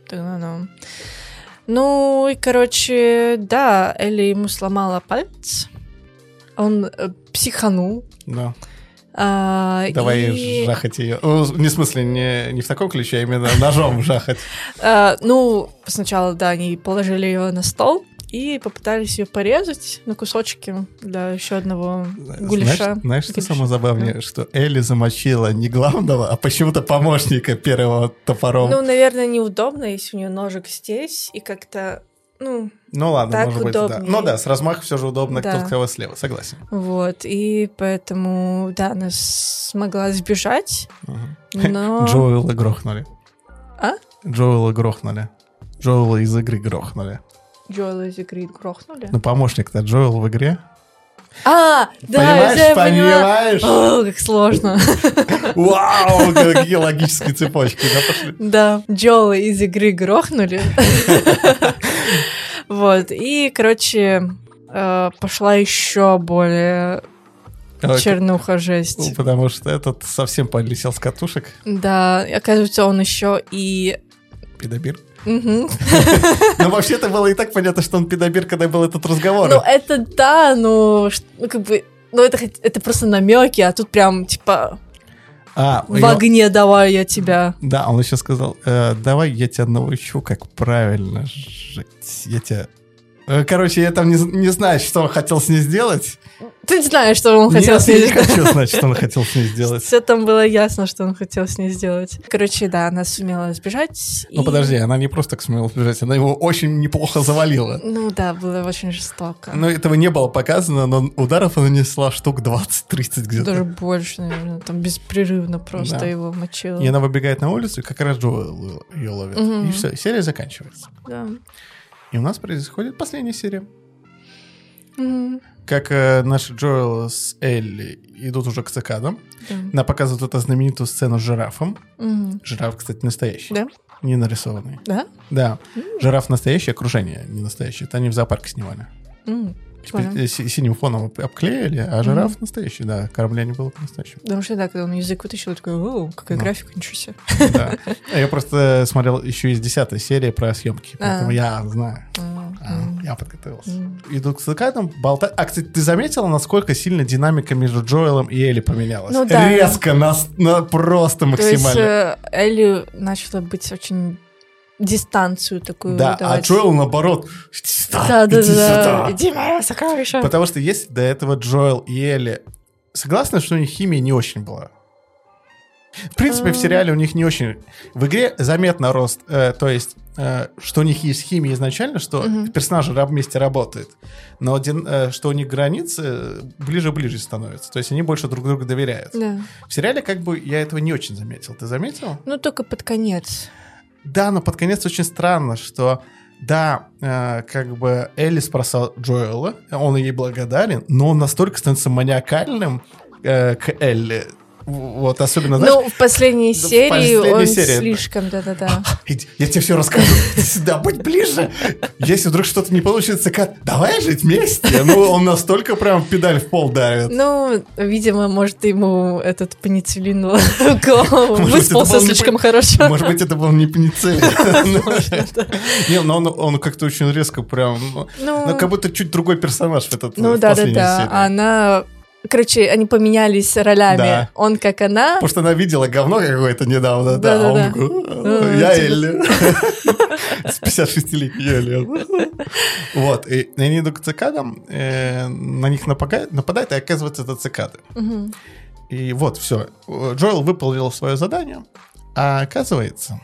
ну, и, короче, да, Элли ему сломала палец. Он психанул. Да. Давай жахать ее. Не в смысле, не в таком ключе, а именно ножом жахать. Ну, сначала, да, они положили ее на стол и попытались ее порезать на кусочки для еще одного гуляша. Знаешь, что самое забавнее? Что Элли замочила не главного, а почему-то помощника первого топором. Ну, наверное, неудобно, если у нее ножик здесь, и как-то... Ну ладно, так может быть, удобнее. да. Ну да, с размаха все же удобно, Да. кто кого слева, согласен. Вот, и поэтому, да, она смогла сбежать, но... Джоэла грохнули. А? Джоэла грохнули. Джоэла из игры грохнули. Джоэла из игры грохнули? Ну, помощник-то Джоэл в игре. Да, я Понимаешь? О, как сложно. Вау, какие логические цепочки, да, пошли? Да, Джоэла из игры грохнули. Вот, и, короче, пошла еще более чернуха, жесть. Потому что этот совсем полетел с катушек. Да, и оказывается, он еще и... Педобир. Угу. Ну, вообще-то было и так понятно, что он педобир, когда был этот разговор. Ну, это да, ну, как бы... Ну, это просто намеки, а тут прям, типа... в огне давай я тебя. Да, он еще сказал, давай я тебя научу, как правильно жить. Я тебя... Короче, я там не знаю, что он хотел с ней сделать. Ты знаешь, что он хотел с ней сделать. Я не хочу знать, что он хотел с ней сделать. Все там было ясно, что он хотел с ней сделать. Короче, да, она сумела сбежать. Ну, подожди, она не просто так сумела сбежать, она его очень неплохо завалила. Ну да, было очень жестоко. Но этого не было показано, но ударов она нанесла штук 20-30 где-то. Даже больше, наверное, там беспрерывно просто его мочила. И она выбегает на улицу, и как раз Джоэл ее ловит. И все, серия заканчивается. Да. И у нас происходит последняя серия. Mm-hmm. Как наши Джоэл с Элли идут уже к цикадам. Yeah. Нам показывают эту знаменитую сцену с жирафом. Mm-hmm. Жираф, кстати, настоящий. Да? Не нарисованный. Да? Да. Жираф настоящий, окружение не настоящее. Это они в зоопарке снимали. Синим фоном обклеили, а жираф настоящий, да. Кормление было по-настоящему. Потому что, да, когда он язык вытащил, я такой, о, какая графика, ничего себе. Да. Я просто смотрел еще из 10-й серии про съемки, поэтому я знаю. Я подготовился. Идут к цикадам, болтают. А, кстати, ты заметила, насколько сильно динамика между Джоэлом и Элли поменялась? Ну, да. Резко, просто максимально. То есть Элли начала быть очень... дистанцию такую да, давать. А Джоэл, наоборот, да. Иди, мое сокровище. Потому что если до этого Джоэл и Элли согласны, что у них химия не очень была. В принципе, в сериале у них не очень... В игре заметно рост, то есть, что у них есть химия изначально, что персонажи вместе работают, но что у них границы ближе-ближе становятся. То есть они больше друг другу доверяют. Да. В сериале как бы я этого не очень заметил. Ты заметил? Ну, только под конец. Да, но под конец очень странно, что да, как бы Элли спасал Джоэла, он ей благодарен, но он настолько становится маниакальным к Элли. Вот, особенно, знаешь... Ну, в последней серии он слишком, да-да-да. Иди, я тебе все расскажу. Иди сюда, будь ближе. Если вдруг что-то не получится, давай жить вместе. Ну, он настолько прям педаль в пол давит. Ну, видимо, может, ему этот пенициллин в голову выспался слишком хорошо. Может быть, это был не пенициллин. Не, но он как-то очень резко прям... Ну, как будто чуть другой персонаж в этот последней серии. Ну, да-да-да. Она... Короче, они поменялись ролями. Да. Он как она. Потому что она видела говно какое-то недавно. Да, да. Он такой, я Элли. С 56-летней Элли. Вот. И они идут к цикадам, на них нападают, и оказывается, это цикады. И вот, все. Джоэл выполнил свое задание, а оказывается...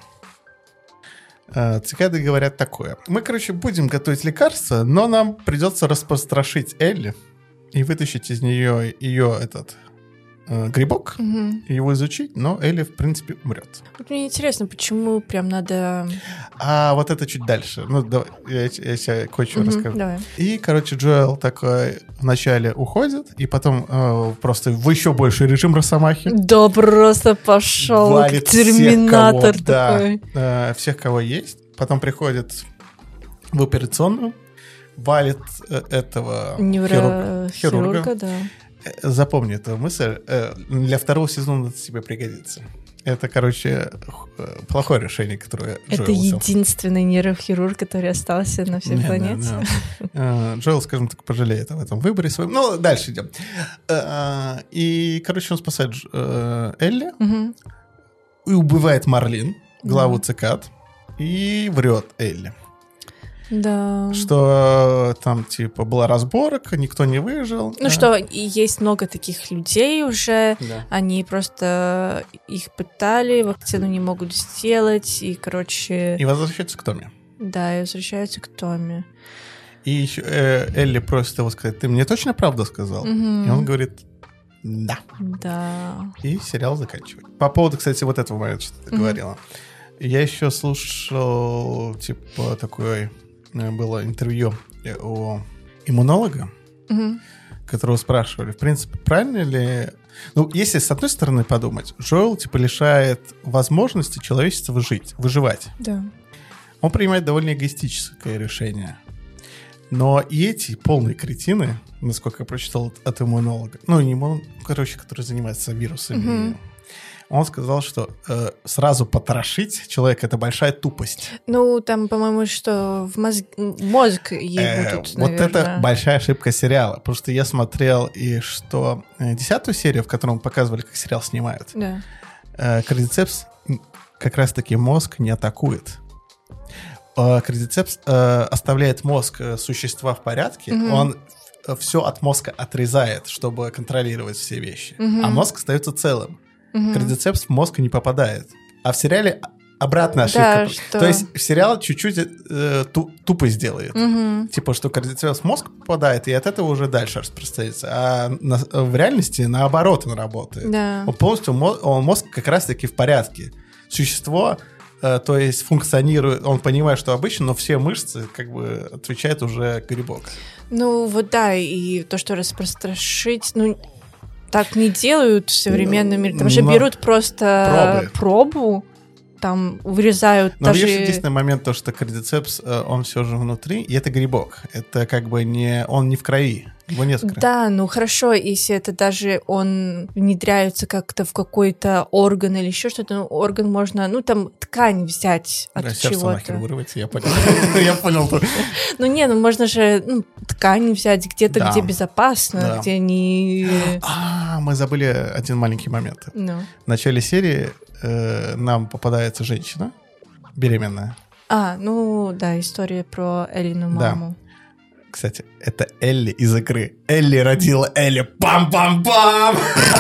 Цикады говорят такое. Мы, короче, будем готовить лекарства, но нам придется распотрошить Элли и вытащить из нее грибок, его изучить, но Элли, в принципе, умрет. Вот мне интересно, почему прям надо... А вот это чуть дальше. Ну, давай, я тебе кое-что расскажу. Давай. И, короче, Джоэл такой вначале уходит, и потом просто в еще больший режим Росомахи. Да, просто пошел Валит терминатор всех, кого, такой. Да, всех, кого есть. Потом приходит в операционную, валит этого хирурга, да. Запомни эту мысль. Для второго сезона это тебе пригодится. Это, короче, плохое решение, которое Джоэл Это взял. единственный нейрохирург, который остался на всей планете. Да. Джоэл, скажем так, пожалеет об этом выборе своем. Ну, дальше идем. И, короче, он спасает Элли и убивает Марлин, главу цикад, и врет Элли. Да. Что там, типа, была разборка, никто не выжил. Ну что, и есть много таких людей уже, Да. они просто их пытали, вакцину не могут сделать, и, короче... И возвращается к Томми. Да, и возвращаются к Томми. И еще Элли просит его сказать: ты мне точно правду сказал? И он говорит: да. Да. И сериал заканчивает. По поводу, кстати, вот этого момента, что ты говорила. Я еще слушал, типа, такое... Было интервью у иммунолога, которого спрашивали, в принципе, правильно ли... Ну, если с одной стороны подумать, Джоэл, типа, лишает возможности человечества выживать. Да. Он принимает довольно эгоистическое решение. Но и эти полные кретины, насколько я прочитал от иммунолога, ну, не иммунолог, короче, который занимается вирусами, он сказал, что сразу потрошить человека — это большая тупость. Ну, там, по-моему, что в мозг ей будут, вот наверное. это большая ошибка сериала. Потому что я смотрел, и что 10-ю серию, в котором показывали, как сериал снимают, Да. Кордицепс как раз-таки мозг не атакует. Кордицепс оставляет мозг существа в порядке, он все от мозга отрезает, чтобы контролировать все вещи. А мозг остается целым. Кордицепс в мозг не попадает. А в сериале обратная ошибка. Да, что... То есть в сериал чуть-чуть тупо сделает. Типа, что кордицепс в мозг попадает, и от этого уже дальше распространяется. А в реальности наоборот он работает. Да. Он полностью, мозг как раз-таки в порядке. Существо, то есть функционирует, он понимает, что обычно, но все мышцы как бы отвечает уже грибок. Ну, вот да, и то, что распространить, ну, так не делают в современном мире. Там же берут просто пробу, там вырезают но даже... Но есть единственный момент, то, что кордицепс, он все же внутри, и это грибок. Это как бы не... Он не в крови. Его нет в крови. Да, ну хорошо, если это даже он внедряется как-то в какой-то орган или еще что-то, ну, орган можно, ну, там, ткань взять от чего-то. Сердце нахер вырвать, я понял. Я понял. Ну, не, ну, можно же ткань взять где-то, где безопасно, где не... Мы забыли один маленький момент. В начале серии нам попадается женщина беременная. Ну, да, история про Эллину маму. Кстати, это Элли из игры. Элли родила Элли. Пам-пам-пам!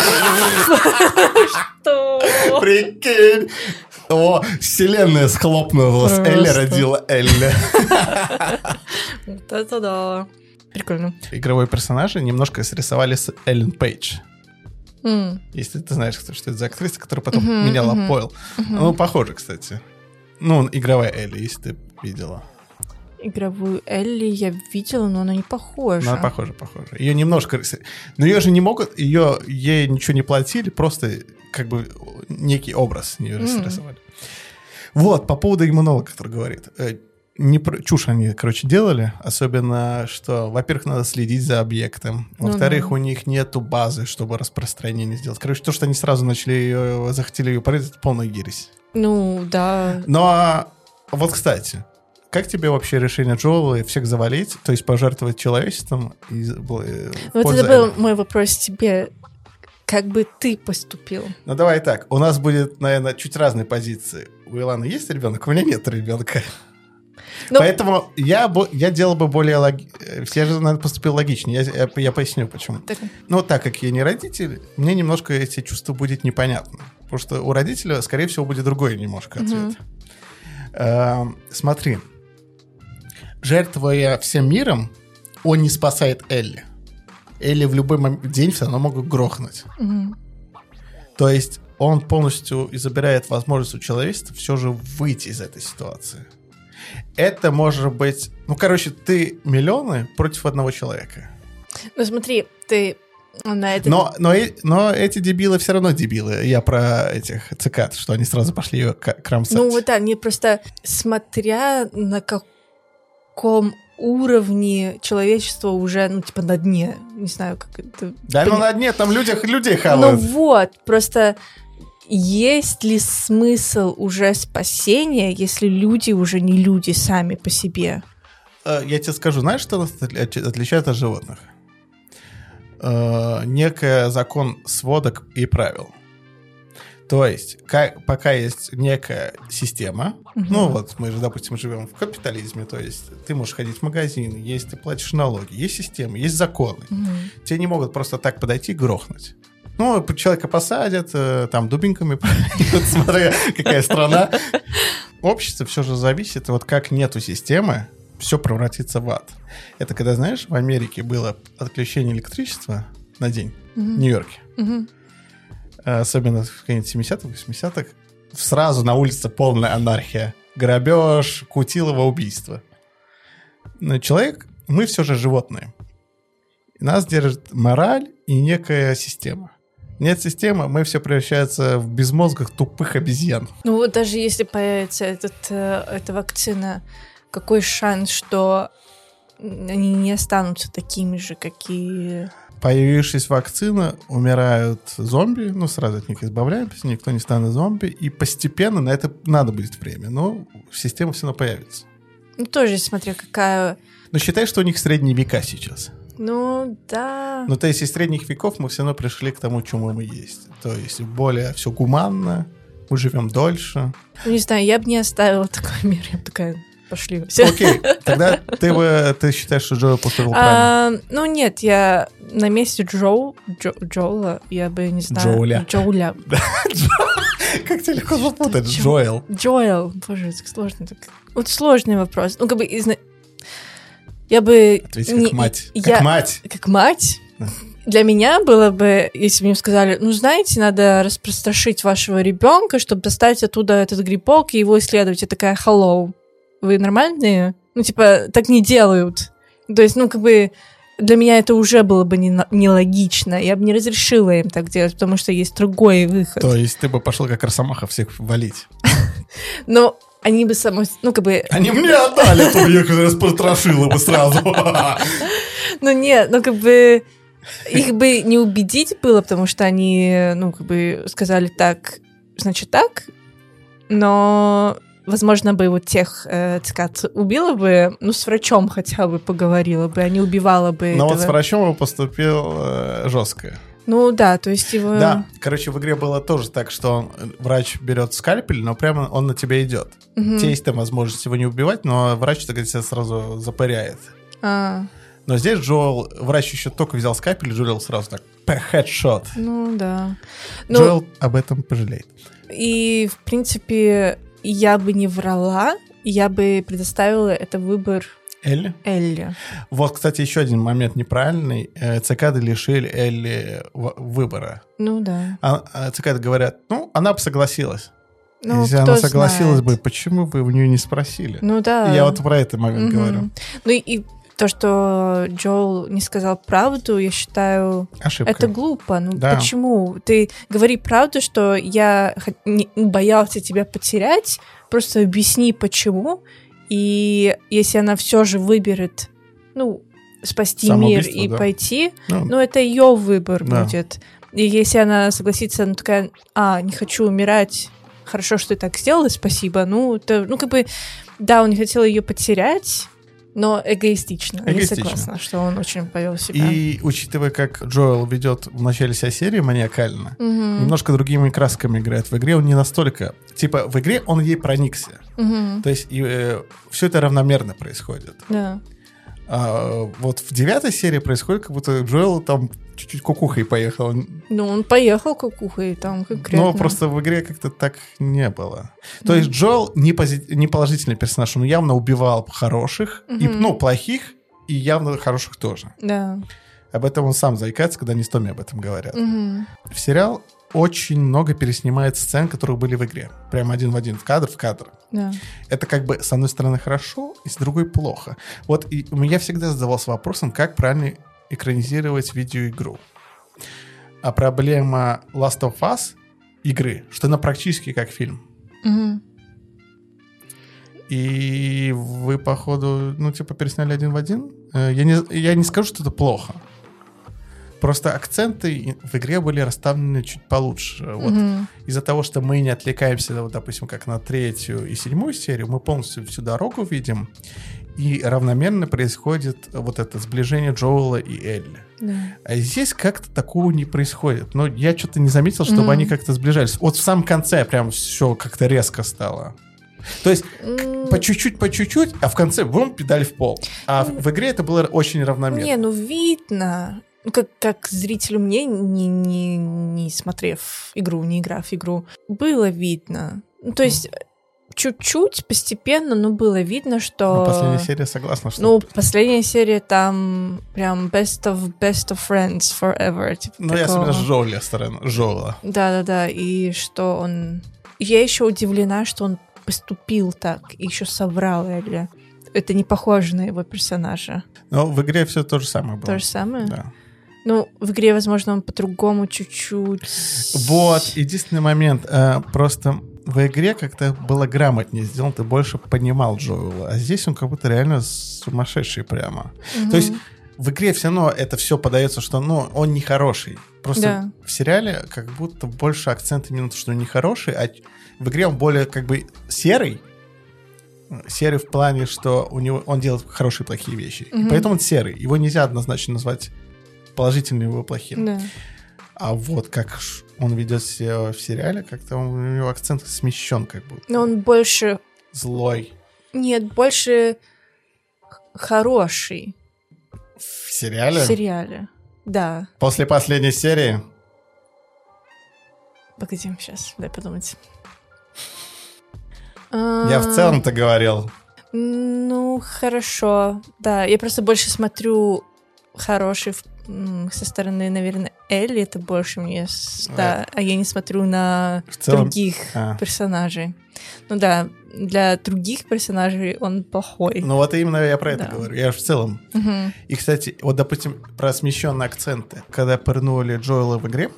Что? Прикинь! О, вселенная схлопнулась. Элли родила Элли. Вот это да. Прикольно. Игровые персонажи немножко срисовали с Эллен Пейдж. Если ты знаешь, что это за актриса, которая потом меняла пол. Ну, похоже, кстати. Ну, игровая Элли, если ты видела. Игровую Элли я видела, но она не похожа. Она похожа. Ее немножко... Но ее же не могут... Ей ничего не платили, просто как бы некий образ ее рисовали. Вот, по поводу иммунолога, который говорит. Чушь они, короче, делали. Особенно, что, во-первых, надо следить за объектом. Во-вторых, у них нету базы, чтобы распространение сделать. Короче, то, что они сразу захотели ее порезать, это полная ересь. Ну, да. Но вот, кстати... Как тебе вообще решение Джоэла всех завалить, то есть пожертвовать человечеством? Вот это был мой вопрос тебе. Как бы ты поступил? Ну, давай так. У нас будет, наверное, чуть разные позиции. У Иланы есть ребенок, у меня нет ребенка. Поэтому я делал бы более логично. Я же, наверное, поступил логичнее. Я поясню, почему. Ну, так как я не родитель, мне немножко эти чувства будет непонятно. Потому что у родителя, скорее всего, будет другой немножко ответ. Смотри. Жертвуя всем миром, он не спасает Элли. Элли в любой день все равно могут грохнуть. То есть он полностью забирает возможность у человечества все же выйти из этой ситуации. Это может быть... ты миллионы против одного человека. Ну смотри, ты на это... Но эти дебилы все равно дебилы. Я про этих цикад, что они сразу пошли ее кромсать. Ну вот да, не просто смотря на каком уровне человечество уже, на дне. Не знаю, как это... Да, на дне там людей хавают. Ну вот, просто есть ли смысл уже спасения, если люди уже не люди сами по себе? Я тебе скажу, знаешь, что нас отличает от животных? Некий закон сводок и правил. То есть, пока есть некая система, мы же, допустим, живем в капитализме, то есть ты можешь ходить в магазин, есть ты платишь налоги, есть система, есть законы. Тебе не могут просто так подойти и грохнуть. Человека посадят, там дубинками пойдут, смотря какая страна. Общество все же зависит, как нету системы, все превратится в ад. Это когда, знаешь, в Америке было отключение электричества на день в Нью-Йорке. Особенно в конце 70-х, 80-х. Сразу на улице полная анархия. Грабеж, Кутилово, убийство. Но человек, мы все же животные. Нас держит мораль и некая система. Нет системы, мы все превращается в безмозгах тупых обезьян. Даже если появится эта вакцина, какой шанс, что они не останутся такими же, какие... Появившись вакцина, умирают зомби, сразу от них избавляемся, никто не станет зомби, и постепенно на это надо будет время, но система все равно появится. Тоже смотря какая... Считай, что у них средние века сейчас. Да. То есть из средних веков мы все равно пришли к тому, чему мы есть. То есть более все гуманно, мы живем дольше. Не знаю, я бы не оставила такой мир, я бы такая... Пошли все. Окей, тогда ты считаешь, что Джоэл поступил правильно? Нет, я на месте Джоэла, я бы не знаю... Джоуля. Как тебе легко запутать? Джоэл. Джоэл, боже, это сложно. Сложный вопрос. Я бы... Ответь как мать. Как мать. Как мать? Для меня было бы, если бы мне сказали, знаете, надо распространить вашего ребенка, чтобы достать оттуда этот грибок и его исследовать. Я такая, hello. Вы нормальные? Так не делают. То есть, для меня это уже было бы нелогично. Я бы не разрешила им так делать, потому что есть другой выход. То есть ты бы пошла как Росомаха всех валить? Но они бы Они мне отдали, то я распотрошила бы сразу. Нет, их бы не убедить было, потому что они, сказали так, значит так, но... Возможно, бы тех цикад убила бы, с врачом хотя бы поговорила бы, а не убивала бы Но этого. с врачом он поступил жестко. Да, то есть его... Да, в игре было тоже так, что врач берет скальпель, но прямо он на тебя идет. Есть там возможность его не убивать, но врач тебя сразу запыряет. Но здесь врач еще только взял скальпель, и Джоэл сразу так, хедшот. Да. Джоэл об этом пожалеет. И, в принципе... Я бы не врала, я бы предоставила это выбор Элли. Вот, кстати, еще один момент неправильный. Цикады лишили Элли выбора. Да. Цикады говорят, она бы согласилась. Если она согласилась бы, почему вы у нее не спросили? Да. Я про этот момент говорю. И то, что Джоэл не сказал правду, я считаю, ошибка. Это глупо. Почему? Ты говори правду, что я боялся тебя потерять, просто объясни, почему. И если она все же выберет, спасти мир и пойти, это ее выбор будет. И если она согласится, такая, не хочу умирать, хорошо, что ты так сделала, спасибо. Да, он не хотел ее потерять, но эгоистично. Я согласна, что он очень повел себя. И учитывая, как Джоэл ведет в начале вся серии маниакально, немножко другими красками играет. В игре он не настолько... в игре он ей проникся. То есть все это равномерно происходит. Да. Вот в 9 серии происходит, как будто Джоэл там чуть-чуть кукухой поехал. Он поехал кукухой там конкретно. Но просто в игре как-то так не было. То есть Джоэл не положительный персонаж, он явно убивал хороших, и, плохих, и явно хороших тоже. Да. Об этом он сам заикается, когда они с Томми об этом говорят. В сериал очень много переснимает сцен, которые были в игре. Прям один в один, в кадр. Да. Это как бы с одной стороны хорошо, и с другой плохо. Вот и я всегда задавался вопросом, как правильно экранизировать видеоигру. А проблема Last of Us игры, что она практически как фильм. И вы, походу, пересняли один в один. Я не скажу, что это плохо. Просто акценты в игре были расставлены чуть получше. Вот. Из-за того, что мы не отвлекаемся, вот, допустим, как на 3-ю и 7-ю серию, мы полностью всю дорогу видим, и равномерно происходит вот это сближение Джоэла и Элли. Да. А здесь как-то такого не происходит. Но я что-то не заметил, чтобы они как-то сближались. Вот в самом конце прям все как-то резко стало. То есть по чуть-чуть, а в конце бум, педаль в пол. А в игре это было очень равномерно. Видно. Как зрителю мне, не смотрев игру, не играв в игру, было видно. То есть чуть-чуть, постепенно, но было видно, что... Последняя серия, согласна, что... последняя серия там прям best of friends forever. Типа я особенно Джоэла. Да, и что он... Я еще удивлена, что он поступил так, и еще соврал Элли. Это не похоже на его персонажа. Но в игре все то же самое было. То же самое? Да. В игре, возможно, он по-другому чуть-чуть... Вот, единственный момент. Просто в игре как-то было грамотнее сделано, ты больше понимал Джоэла. А здесь он как будто реально сумасшедший прямо. То есть в игре все равно это все подается, что он нехороший. Просто в сериале как будто больше акцент именно, что он нехороший, а в игре он более как бы серый. Серый в плане, что он делает хорошие и плохие вещи. И поэтому он серый. Его нельзя однозначно назвать положительным или плохим. Да. А вот как он ведет себя в сериале, как-то у него акцент смещен как будто. Но он больше... Злой. Нет, больше хороший. В сериале? В сериале, да. После последней серии? Погоди, сейчас, дай подумать. Я в целом-то говорил. Хорошо. Да, я просто больше смотрю хороший со стороны, наверное, Элли. Это больше мне... Да, а я не смотрю на других персонажей. Для других персонажей он плохой. Вот именно я про это говорю. Я в целом. И, кстати, вот, допустим, про смещенные акценты. Когда пырнули Джоэла в игре,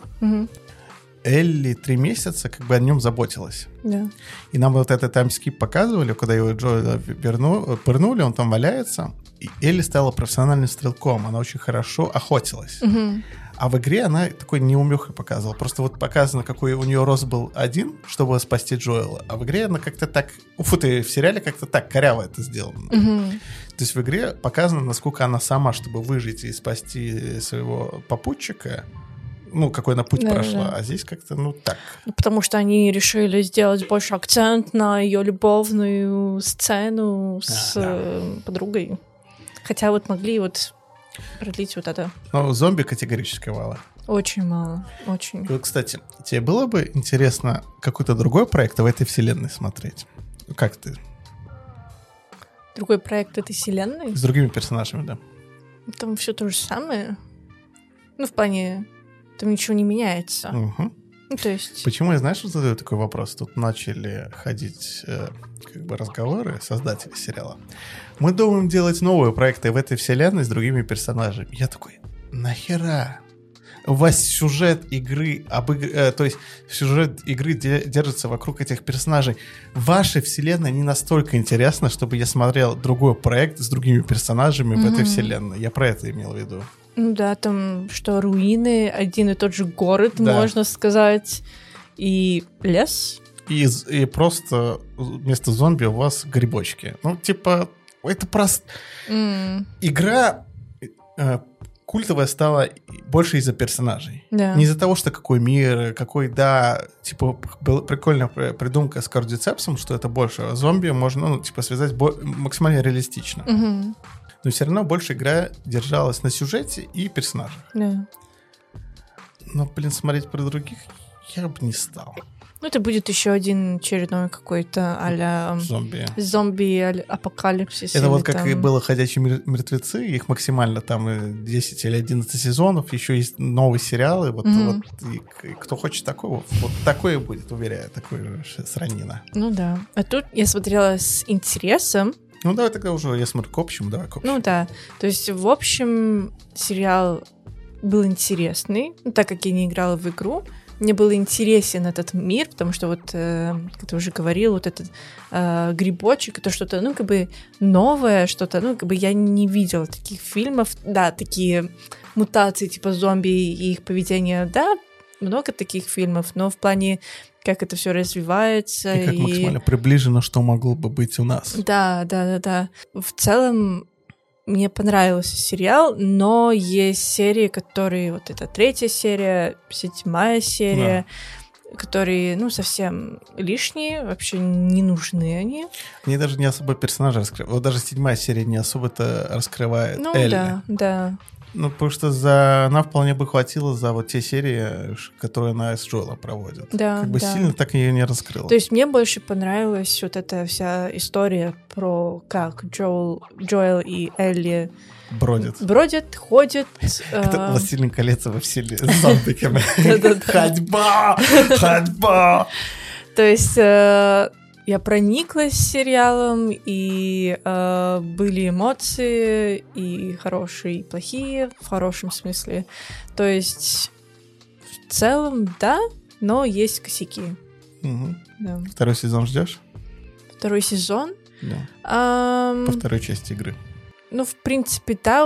Элли 3 месяца как бы о нем заботилась. Да. И нам вот этот таймскип показывали, когда его Джоэла пырнули, он там валяется, и Элли стала профессиональным стрелком, она очень хорошо охотилась. А в игре она такой неумехой показывала. Просто вот показано, какой у нее рост был 1, чтобы спасти Джоэла. А в игре она как-то так... в сериале как-то так коряво это сделано. То есть в игре показано, насколько она сама, чтобы выжить и спасти своего попутчика, какой она путь прошла. Да. А здесь как-то, так. Потому что они решили сделать больше акцент на ее любовную сцену с подругой. Хотя могли продлить это. Зомби категорически мало. Очень мало, очень. И кстати, тебе было бы интересно какой-то другой проект в этой вселенной смотреть? Как ты? Другой проект этой вселенной? С другими персонажами, да. Там все то же самое. В плане... Там ничего не меняется. То есть... Почему я, знаешь, задаю такой вопрос? Тут начали ходить разговоры создатели сериала. Мы думаем делать новые проекты в этой вселенной с другими персонажами. Я такой, нахера? У вас сюжет игры, то есть сюжет игры держится вокруг этих персонажей. Ваша вселенная не настолько интересна, чтобы я смотрел другой проект с другими персонажами в этой вселенной. Я про это имел в виду. Там что, руины, один и тот же город, можно сказать, и лес. И просто вместо зомби у вас грибочки. Это просто... Игра культовая стала больше из-за персонажей. Да. Не из-за того, что какой мир, была прикольная придумка с кардицепсом, что это больше зомби можно, связать максимально реалистично. Но все равно больше игра держалась на сюжете и персонажах. Да. Но, смотреть про других я бы не стал. Ну, это будет еще один очередной какой-то а-ля зомби-апокалипсис. Это вот как и было «Ходячие мертвецы», их максимально там 10 или 11 сезонов, еще есть новые сериалы, вот и кто хочет такого, вот такое будет, уверяю, такое же сранина. Ну да. А тут я смотрела с интересом. Ну давай тогда уже, я смотрю к общему, давай к общему. Ну да, то есть в общем сериал был интересный, так как я не играла в игру. Мне был интересен этот мир, потому что вот, как ты уже говорил, вот этот грибочек, это что-то, ну, как бы новое, что-то, ну, как бы я не видела таких фильмов, да, такие мутации типа зомби и их поведение, да, много таких фильмов, но в плане, как это все развивается. И как максимально приближено, что могло бы быть у нас. Да. В целом, мне понравился сериал, но есть серии, которые... Вот это 3-я серия, 7-я серия, которые, ну, совсем лишние, вообще не нужны они. Они даже не особо персонажи раскрывают. Вот даже 7-я серия не особо-то раскрывает Элли. Да. Ну, потому что она вполне бы хватило за вот те серии, которые она с Джоэлом проводит. Да, как бы сильно так ее не раскрыла. То есть мне больше понравилась вот эта вся история про как Джоэл и Элли бродят, ходят. Это «Властелин колец» во вселенной с зомбиками. Ходьба! То есть я прониклась сериалом, и были эмоции, и хорошие, и плохие, в хорошем смысле. То есть в целом, да, но есть косяки. Да. 2-й сезон ждешь? 2-й сезон? Да. По 2-й части игры. Ну, в принципе, да,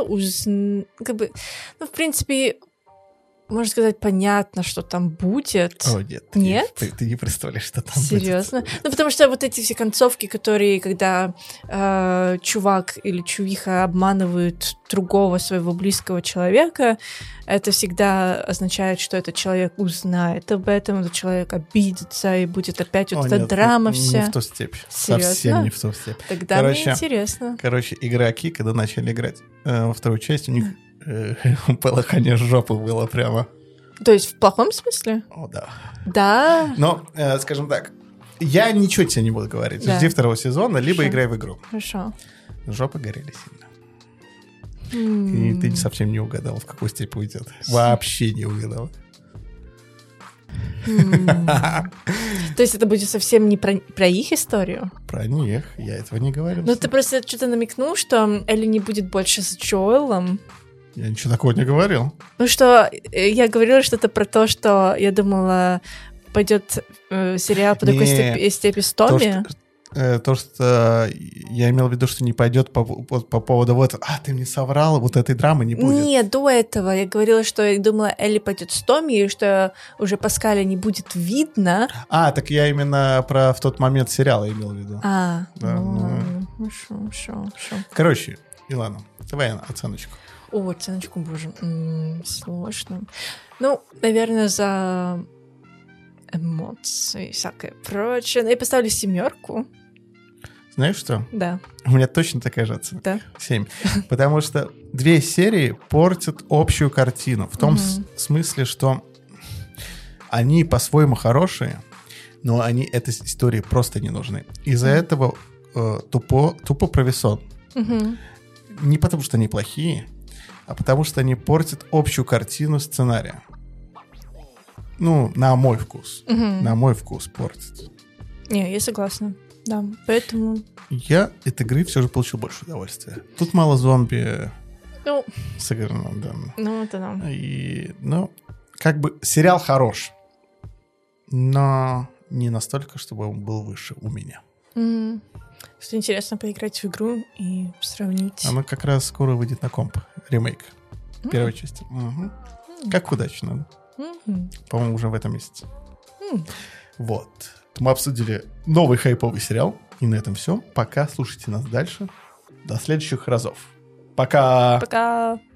в принципе, можно сказать, понятно, что там будет. О, нет. Нет? Ты не представляешь, что там Серьезно? Будет. Ну, потому что вот эти все концовки, которые, когда чувак или чувиха обманывают другого своего близкого человека, это всегда означает, что этот человек узнает об этом, этот человек обидится, и будет опять вот эта драма вся. Не в ту степь. Серьезно? Совсем не в ту степь. Тогда мне интересно. Игроки, когда начали играть во 2-ю часть, у них полыхание жопы было прямо. То есть в плохом смысле? О, да. Да? Но, скажем так, я ничего тебе не буду говорить. Да. Жди 2-го сезона, либо играй в игру. Хорошо. Жопы горели сильно. И ты совсем не угадал, в какую степь уйдет. Вообще не угадал. То есть это будет совсем не про их историю? Про них, я этого не говорил. Ну ты просто что-то намекнул, что Элли не будет больше с Джоэлом. Я ничего такого не говорил. Ну что, я говорила что-то про то, что я думала, пойдет сериал по такой степи с Томми. То, что я имел в виду, что не пойдет по поводу вот, ты мне соврал, вот этой драмы не будет. Нет, до этого я говорила, что я думала, Элли пойдет с Томми, и что уже Паскаля не будет видно. Так я именно про в тот момент сериала имел в виду. Да. Хорошо. Короче, Илана, давай оценочку. Оценочку, боже, сложно. Ну, наверное, за эмоции, всякое прочее. Я поставлю 7. Знаешь что? Да. У меня точно такая же оценка. Да? 7. Потому что 2 серии портят общую картину. В том смысле, что они по-своему хорошие, но они этой истории просто не нужны. Из-за этого тупо провисон. Не потому, что они плохие, а потому, что они портят общую картину сценария. Ну, на мой вкус. На мой вкус портят. Не, я согласна. Да, поэтому... Я от игры все же получил больше удовольствия. Тут мало зомби сыграно, да. Ну, это да. Как бы сериал хорош, но не настолько, чтобы он был выше у меня. Что интересно поиграть в игру и сравнить. Она как раз скоро выйдет на комп. Ремейк. Первой части. Как удачно, да? По-моему, уже в этом месяце. Вот. Мы обсудили новый хайповый сериал. И на этом все. Пока. Слушайте нас дальше. До следующих разов. Пока. Пока.